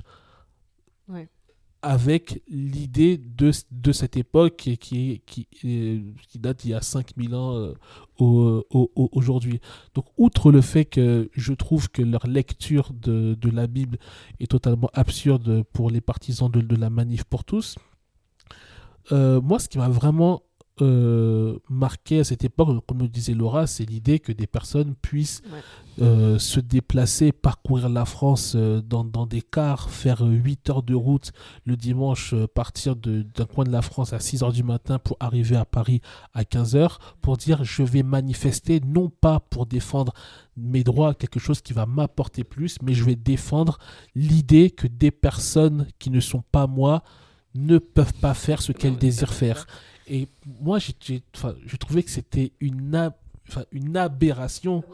avec l'idée de cette époque qui date d'il y a 5000 ans aujourd'hui. Donc, outre le fait que je trouve que leur lecture de la Bible est totalement absurde pour les partisans de la manif pour tous, moi, ce qui m'a vraiment marqué à cette époque, comme le disait Laura, c'est l'idée que des personnes puissent se déplacer, parcourir la France dans des cars, faire 8 heures de route le dimanche, partir d'un coin de la France à 6 heures du matin pour arriver à Paris à 15 heures, pour dire je vais manifester, non pas pour défendre mes droits, quelque chose qui va m'apporter plus, mais je vais défendre l'idée que des personnes qui ne sont pas moi ne peuvent pas faire ce qu'elles désirent faire. Et moi, je trouvais que c'était une aberration.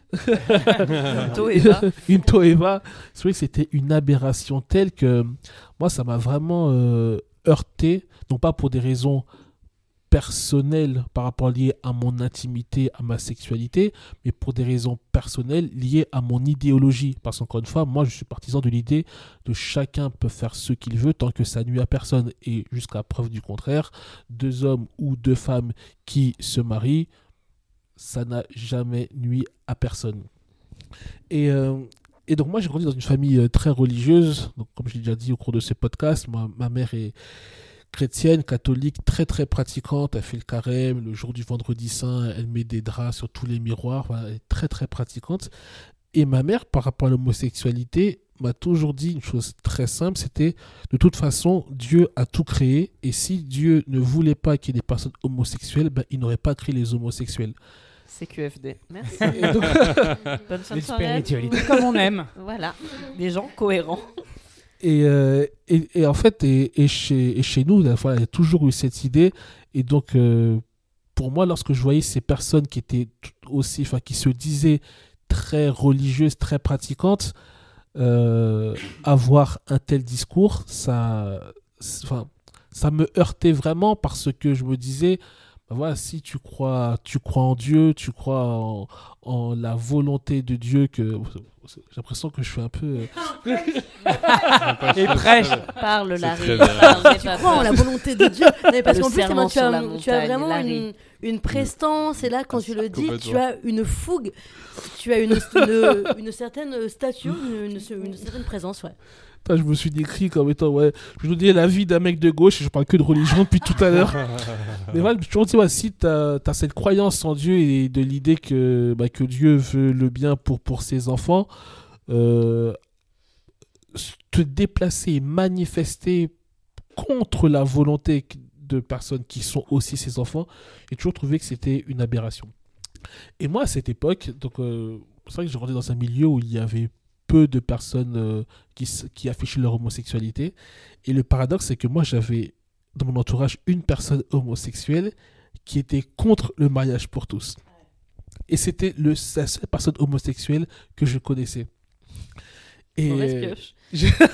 Une Toeva. C'est vrai que c'était une aberration telle que moi, ça m'a vraiment heurté, non pas pour des raisons personnelles par rapport liées à mon intimité, à ma sexualité, mais pour des raisons personnelles liées à mon idéologie. Parce qu'encore une fois, moi, je suis partisan de l'idée de chacun peut faire ce qu'il veut tant que ça nuit à personne. Et jusqu'à preuve du contraire, 2 hommes ou 2 femmes qui se marient, ça n'a jamais nui à personne. Et donc moi, j'ai grandi dans une famille très religieuse. Donc, comme je l'ai déjà dit au cours de ce podcast, ma mère est chrétienne, catholique, très très pratiquante. Elle fait le carême, le jour du vendredi saint, elle met des draps sur tous les miroirs. Voilà, elle est très très pratiquante. Et ma mère, par rapport à l'homosexualité, m'a toujours dit une chose très simple, c'était de toute façon, Dieu a tout créé. Et si Dieu ne voulait pas qu'il y ait des personnes homosexuelles, il n'aurait pas créé les homosexuels. C'est QFD. Merci. Donc, Bonne fin de Les soirée. spiritualités comme on aime. Voilà, des gens cohérents. Et en fait, chez nous, voilà, il y a toujours eu cette idée. Et donc, pour moi, lorsque je voyais ces personnes qui étaient aussi, qui se disaient très religieuses, très pratiquantes, avoir un tel discours, ça me heurtait vraiment parce que je me disais, voilà, si tu crois en Dieu, tu crois en la volonté de Dieu, que j'ai l'impression que je suis un peu Et prêche. Parle, Larry. très bien. Parle, Tu crois en la volonté de Dieu. Non, mais parce Le qu'en plus, serment tu as sur la tu as montagne, vraiment Larry. une prestance. Et là, quand tu le dis, Complètement. tu as une fougue. Tu as une certaine stature, une certaine présence. Ouais. Putain, je me suis décrit comme étant, ouais, je vous dis la vie d'un mec de gauche et je parle que de religion depuis tout à l'heure. Mais voilà, je me suis toujours dit, ouais, si tu as cette croyance en Dieu et de l'idée que Dieu veut le bien pour ses enfants, te déplacer et manifester contre la volonté de personnes qui sont aussi ses enfants, j'ai toujours trouvé que c'était une aberration. Et moi, à cette époque, donc, c'est vrai que j'ai grandi dans un milieu où il y avait peu de personnes qui affichaient leur homosexualité. Et le paradoxe, c'est que moi, j'avais dans mon entourage une personne homosexuelle qui était contre le mariage pour tous. Et c'était la seule personne homosexuelle que je connaissais. Mauvaise Et pioche.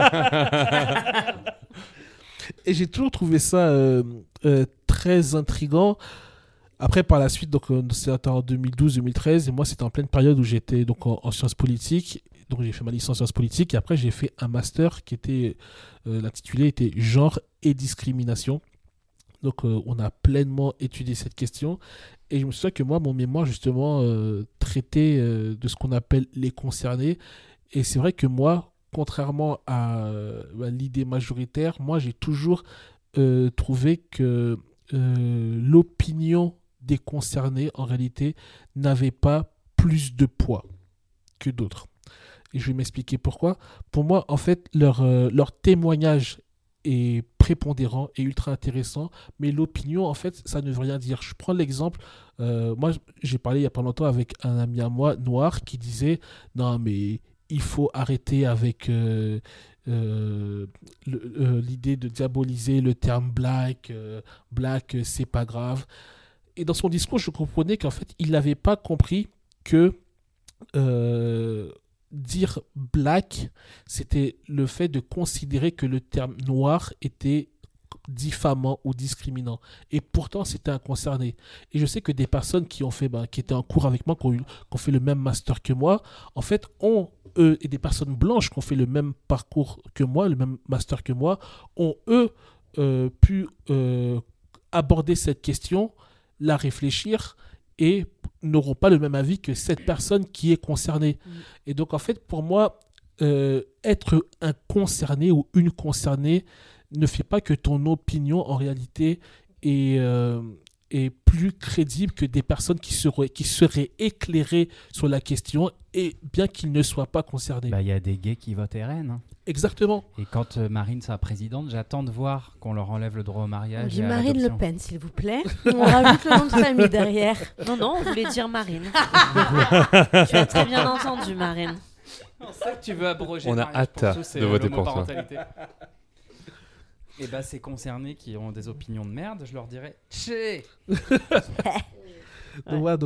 et j'ai toujours trouvé ça très intriguant. Après, par la suite, donc, c'était en 2012-2013, et moi, c'était en pleine période où j'étais donc, en sciences politiques. Donc, j'ai fait ma licence en sciences politiques, et après, j'ai fait un master qui était, l'intitulé était Genre et discrimination. Donc, on a pleinement étudié cette question. Et je me souviens que moi, mon mémoire, justement, traitait de ce qu'on appelle les concernés. Et c'est vrai que moi, contrairement à l'idée majoritaire, moi, j'ai toujours trouvé que l'opinion des concernés, en réalité, n'avait pas plus de poids que d'autres. Et je vais m'expliquer pourquoi. Pour moi, en fait, leur témoignage est prépondérant et ultra intéressant, mais l'opinion, en fait, ça ne veut rien dire. Je prends l'exemple, moi, j'ai parlé il n'y a pas longtemps avec un ami à moi, noir, qui disait « Non, mais il faut arrêter avec l'idée de diaboliser le terme black, c'est pas grave ». Et dans son discours, je comprenais qu'en fait, il n'avait pas compris que dire black, c'était le fait de considérer que le terme noir était diffamant ou discriminant. Et pourtant, c'était un concerné. Et je sais que des personnes qui étaient en cours avec moi, qui ont fait le même master que moi, en fait, et des personnes blanches qui ont fait le même parcours que moi, le même master que moi, ont, pu aborder cette question, la réfléchir et n'auront pas le même avis que cette personne qui est concernée. Et donc, en fait, pour moi, être un concerné ou une concernée ne fait pas que ton opinion, en réalité, est plus crédible que des personnes qui seraient éclairées sur la question, et bien qu'ils ne soient pas concernés. Il y a des gays qui votent RN. Hein. Exactement. Et quand Marine sera présidente, j'attends de voir qu'on leur enlève le droit au On mariage. dit et à Marine Le l'adoption. Pen, s'il vous plaît. On rajoute le nom de famille derrière. Non, on voulait dire Marine. Tu as très bien entendu, Marine. C'est ça que tu veux abroger. On a mariage hâte pour tous et de voter pour ça. l'homoparentalité. Et bah, ces concernés qui ont des opinions de merde, je leur dirais tché. Donc, voilà,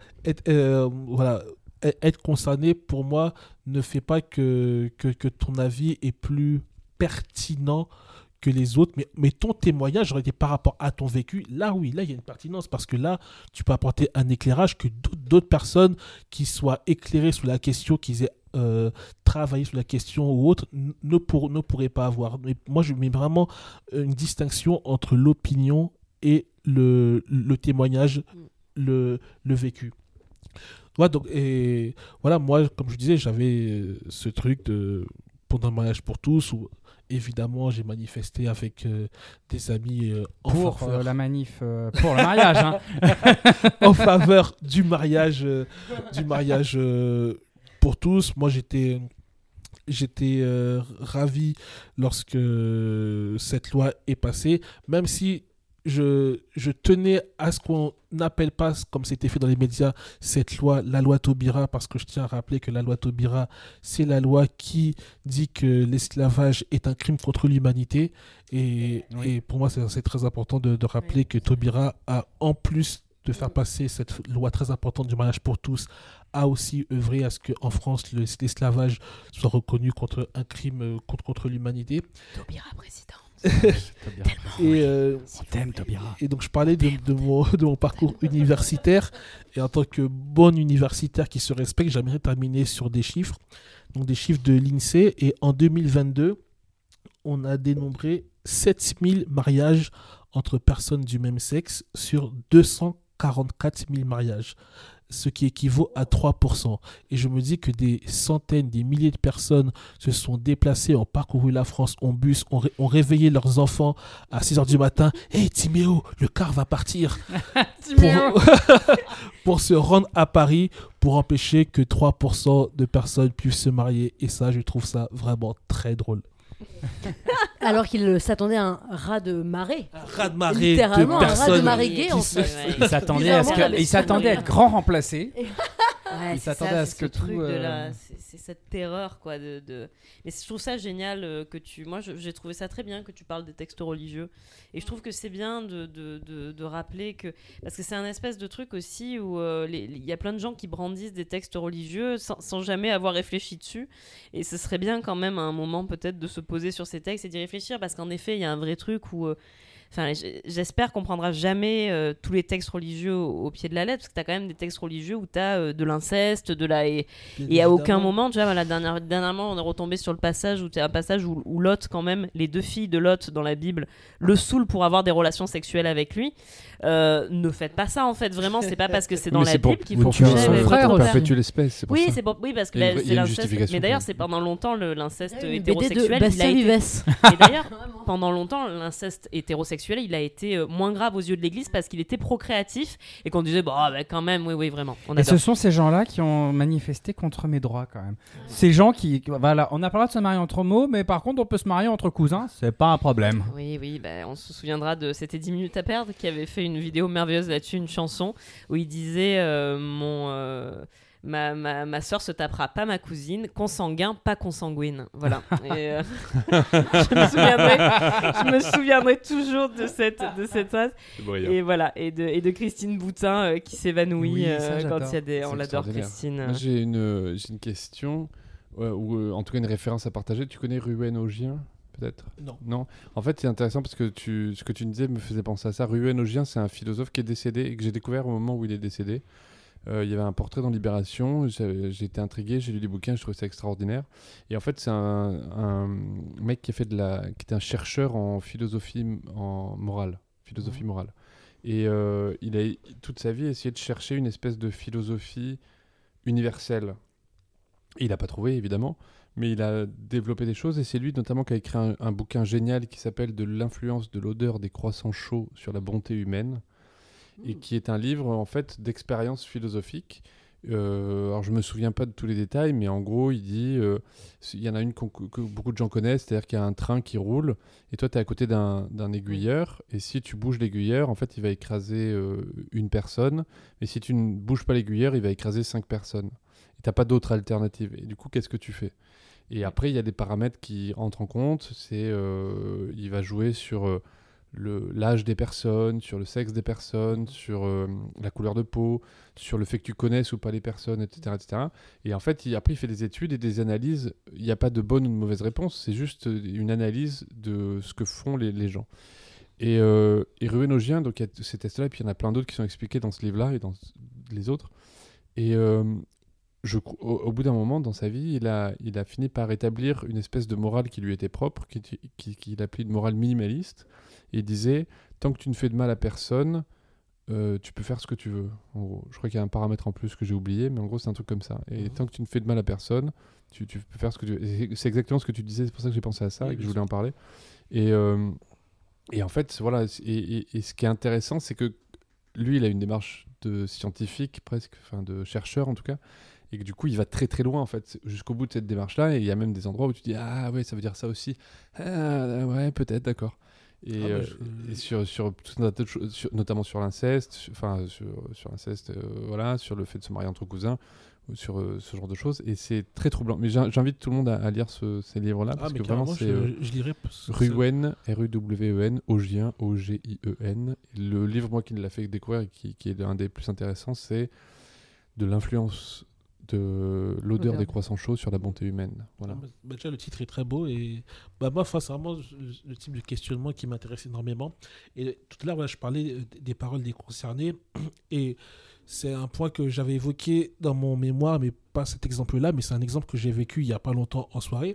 être concerné, pour moi, ne fait pas que ton avis est plus pertinent que les autres, mais ton témoignage aurait été par rapport à ton vécu. Là, oui, là, il y a une pertinence parce que là, tu peux apporter un éclairage que d'autres personnes qui soient éclairées sur la question, qui aient travaillé sur la question ou autre, ne pourraient pas avoir. Mais moi, je mets vraiment une distinction entre l'opinion et le témoignage, le vécu. Ouais, donc, et voilà, moi, comme je disais, j'avais ce truc pendant le mariage pour tous où évidemment j'ai manifesté avec des amis pour la manif pour le mariage, hein. En faveur du mariage pour tous. Moi, j'étais ravi lorsque cette loi est passée, même si je tenais à ce qu'on n'appelle pas, comme c'était fait dans les médias, cette loi, la loi Taubira, parce que je tiens à rappeler que la loi Taubira, c'est la loi qui dit que l'esclavage est un crime contre l'humanité. Et pour moi, c'est très important de rappeler que Taubira a, en plus de faire passer cette loi très importante du mariage pour tous, a aussi œuvré à ce qu'en France, l'esclavage soit reconnu contre un crime contre l'humanité. Taubira président. Et donc je parlais de mon parcours universitaire, et en tant que bon universitaire qui se respecte, j'aimerais terminer sur des chiffres, donc des chiffres de l'INSEE. Et en 2022, on a dénombré 7000 mariages entre personnes du même sexe sur 244 000 mariages, ce qui équivaut à 3%. Et je me dis que des centaines, des milliers de personnes se sont déplacées, ont parcouru la France en bus, ont réveillé leurs enfants à 6h du matin. « Hey Timéo, le car va partir !» pour se rendre à Paris, pour empêcher que 3% de personnes puissent se marier. Et ça, je trouve ça vraiment très drôle. Alors qu'il s'attendait à un ras de marée. Un ras de marée littéralement, de personnes. Un ras de marée gay, en fait. Il s'attendait à être grand remplacé. Ouais, il s'attendait à ce que truc tout. C'est cette terreur, quoi. Mais je trouve ça génial que tu. Moi, j'ai trouvé ça très bien que tu parles des textes religieux. Et je trouve que c'est bien de rappeler que. Parce que c'est un espèce de truc aussi où il y a plein de gens qui brandissent des textes religieux sans jamais avoir réfléchi dessus. Et ce serait bien, quand même, à un moment, peut-être, de se poser sur ces textes et d'y réfléchir. Parce qu'en effet, il y a un vrai truc où. Enfin, j'espère qu'on prendra jamais tous les textes religieux au pied de la lettre, parce que tu as quand même des textes religieux où tu as de l'inceste, et à aucun moment, tu vois, voilà, dernièrement, on est retombé sur le passage où Lot, quand même, les 2 filles de Lot dans la Bible, le saoulent pour avoir des relations sexuelles avec lui. Ne faites pas ça, en fait, vraiment, c'est pas parce que c'est dans la Bible qu'il faut tuer son frère. Pour perpétuer l'espèce, c'est pour ça. Oui, parce que Il y a c'est l'inceste. justification. Mais d'ailleurs, c'est pendant longtemps l'inceste Une hétérosexuel. BD de Bastien Vivès. Et d'ailleurs, pendant longtemps, l'inceste hétérosexuel, il a été moins grave aux yeux de l'Église parce qu'il était procréatif et qu'on disait quand même, oui, vraiment. Et ce sont ces gens-là qui ont manifesté contre mes droits, quand même. Ces gens qui, voilà, on n'a pas le droit de se marier entre homo, mais par contre, on peut se marier entre cousins, c'est pas un problème. Oui, on se souviendra c'était 10 minutes à perdre, qui avait fait une vidéo merveilleuse là-dessus, une chanson où il disait ma soeur se tapera pas ma cousine, consanguin, pas consanguine. Voilà. Et, je me souviendrai toujours de cette phrase. Et voilà. Et de Christine Boutin qui s'évanouit quand il y a des. On l'adore, Christine. Moi, j'ai une question, ou en tout cas une référence à partager. Tu connais Ruben Augien, peut-être ? Non. En fait, c'est intéressant parce que ce que tu disais me faisait penser à ça. Ruben Augien, c'est un philosophe qui est décédé et que j'ai découvert au moment où il est décédé. Il y avait un portrait dans Libération, j'ai été intrigué, j'ai lu des bouquins, je trouvais ça extraordinaire. Et en fait, c'est un mec qui était un chercheur en philosophie morale. Et il a toute sa vie essayé de chercher une espèce de philosophie universelle. Et il n'a pas trouvé, évidemment, mais il a développé des choses. Et c'est lui notamment qui a écrit un bouquin génial qui s'appelle « De l'influence de l'odeur des croissants chauds sur la bonté humaine ». Et qui est un livre en fait d'expérience philosophique. Alors je me souviens pas de tous les détails, mais en gros il dit, il y en a une que beaucoup de gens connaissent, c'est-à-dire qu'il y a un train qui roule et toi tu es à côté d'un aiguilleur, et si tu bouges l'aiguilleur, en fait il va écraser une personne, mais si tu ne bouges pas l'aiguilleur, il va écraser 5 personnes. Et t'as pas d'autre alternative. Et du coup qu'est-ce que tu fais ? Et après, il y a des paramètres qui entrent en compte. Il va jouer sur l'âge des personnes, sur le sexe des personnes, sur la couleur de peau, sur le fait que tu connaisses ou pas les personnes, etc. etc. Et en fait, après, il fait des études et des analyses. Il n'y a pas de bonne ou de mauvaise réponse. C'est juste une analyse de ce que font les gens. Et Ruénogien, donc il y a ces tests-là, et puis il y en a plein d'autres qui sont expliqués dans ce livre-là et dans les autres. Et au bout d'un moment dans sa vie, il a fini par établir une espèce de morale qui lui était propre, qu'il appelait une morale minimaliste. Et il disait, tant que tu ne fais de mal à personne, tu peux faire ce que tu veux. En gros, je crois qu'il y a un paramètre en plus que j'ai oublié, mais en gros c'est un truc comme ça. Et tant que tu ne fais de mal à personne, tu peux faire ce que tu veux. Et c'est exactement ce que tu disais, c'est pour ça que j'ai pensé à ça et que je voulais en parler. Et en fait, voilà, et ce qui est intéressant, c'est que lui, il a une démarche de scientifique presque, enfin de chercheur en tout cas, et que du coup, il va très très loin en fait, jusqu'au bout de cette démarche-là, et il y a même des endroits où tu dis « Ah ouais, ça veut dire ça aussi. Ah ouais, peut-être, d'accord. » Et sur tout un tas de choses, notamment sur l'inceste, sur l'inceste, voilà, sur le fait de se marier entre cousins, sur ce genre de choses, et c'est très troublant. Mais j'invite tout le monde à lire ces livres-là, parce que vraiment c'est je lirai Ruwen, R-U-W-E-N, Ogien, O-G-I-E-N. Le livre, moi, qui me l'a fait découvrir et qui est l'un des plus intéressants, c'est de l'influence de l'odeur des croissants chauds sur la bonté humaine. Voilà. Déjà, le titre est très beau, et moi, c'est vraiment le type de questionnement qui m'intéresse énormément. Et tout à l'heure, je parlais des paroles des concernés, et c'est un point que j'avais évoqué dans mon mémoire, mais pas cet exemple-là, mais c'est un exemple que j'ai vécu il n'y a pas longtemps en soirée.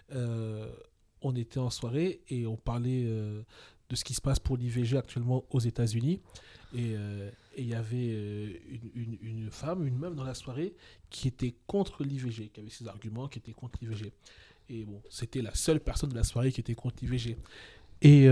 On était en soirée et on parlait de ce qui se passe pour l'IVG actuellement aux États-Unis. Et il y avait une femme, une meuf dans la soirée qui était contre l'IVG, qui avait ses arguments, qui était contre l'IVG. Et bon, c'était la seule personne de la soirée qui était contre l'IVG. Et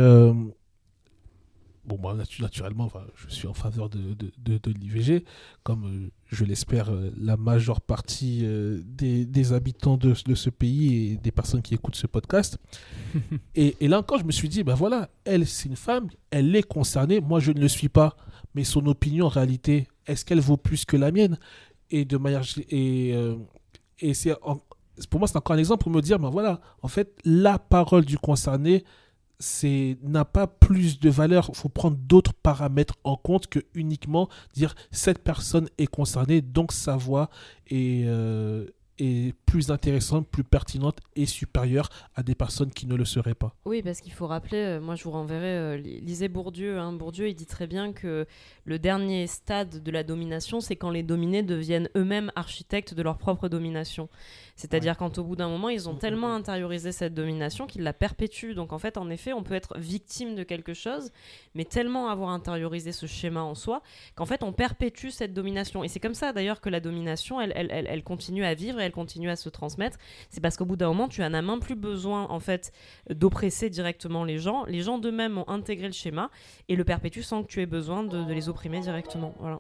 bon, moi, naturellement, je suis en faveur de l'IVG, comme je l'espère la majeure partie des habitants de ce pays et des personnes qui écoutent ce podcast. et là encore, je me suis dit, voilà, elle, c'est une femme, elle est concernée, moi, je ne le suis pas. Mais son opinion, en réalité, est-ce qu'elle vaut plus que la mienne ? Et de manière... Et c'est... Pour moi, c'est encore un exemple pour me dire, voilà, en fait, la parole du concerné n'a pas plus de valeur. Il faut prendre d'autres paramètres en compte que uniquement dire cette personne est concernée, donc sa voix est plus intéressante, plus pertinente et supérieure à des personnes qui ne le seraient pas. Oui, parce qu'il faut rappeler, moi je vous renverrai, lisez Bourdieu. Bourdieu, il dit très bien que le dernier stade de la domination, c'est quand les dominés deviennent eux-mêmes architectes de leur propre domination. C'est-à-dire quand au bout d'un moment, ils ont tellement intériorisé cette domination qu'ils la perpétuent. Donc en fait, en effet, on peut être victime de quelque chose, mais tellement avoir intériorisé ce schéma en soi, qu'en fait, on perpétue cette domination. Et c'est comme ça d'ailleurs que la domination, elle continue à vivre et elle continue à se transmettre. C'est parce qu'au bout d'un moment, tu n'en as même plus besoin en fait d'oppresser directement les gens. Les gens d'eux-mêmes ont intégré le schéma et le perpétuent sans que tu aies besoin de les opprimer directement. Voilà.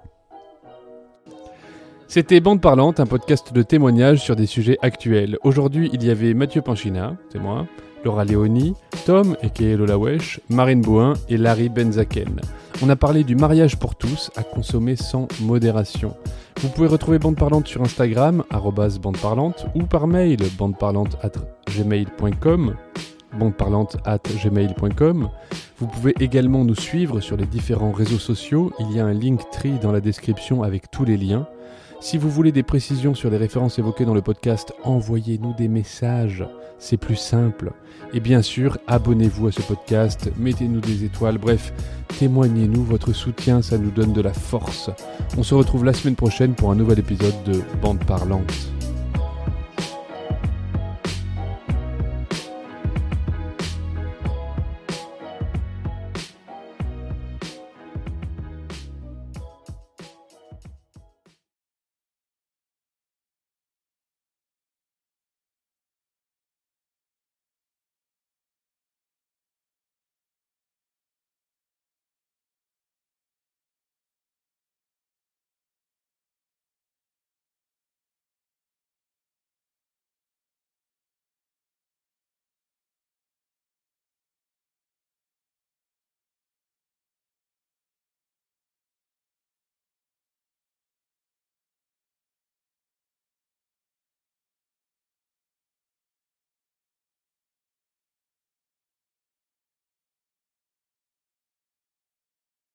C'était Bande Parlante, un podcast de témoignages sur des sujets actuels. Aujourd'hui, il y avait Mathieu Panchina, c'est moi, Laura Léoni, Tom, aka Lola Wesh, Marine Bouin et Larry Benzaken. On a parlé du mariage pour tous à consommer sans modération. Vous pouvez retrouver Bande Parlante sur Instagram, @bandeparlante, ou par mail, bandeparlante@gmail.com, bandeparlante@gmail.com. Vous pouvez également nous suivre sur les différents réseaux sociaux. Il y a un Linktree dans la description avec tous les liens. Si vous voulez des précisions sur les références évoquées dans le podcast, envoyez-nous des messages, c'est plus simple. Et bien sûr, abonnez-vous à ce podcast, mettez-nous des étoiles, bref, témoignez-nous votre soutien, ça nous donne de la force. On se retrouve la semaine prochaine pour un nouvel épisode de Bande Parlante.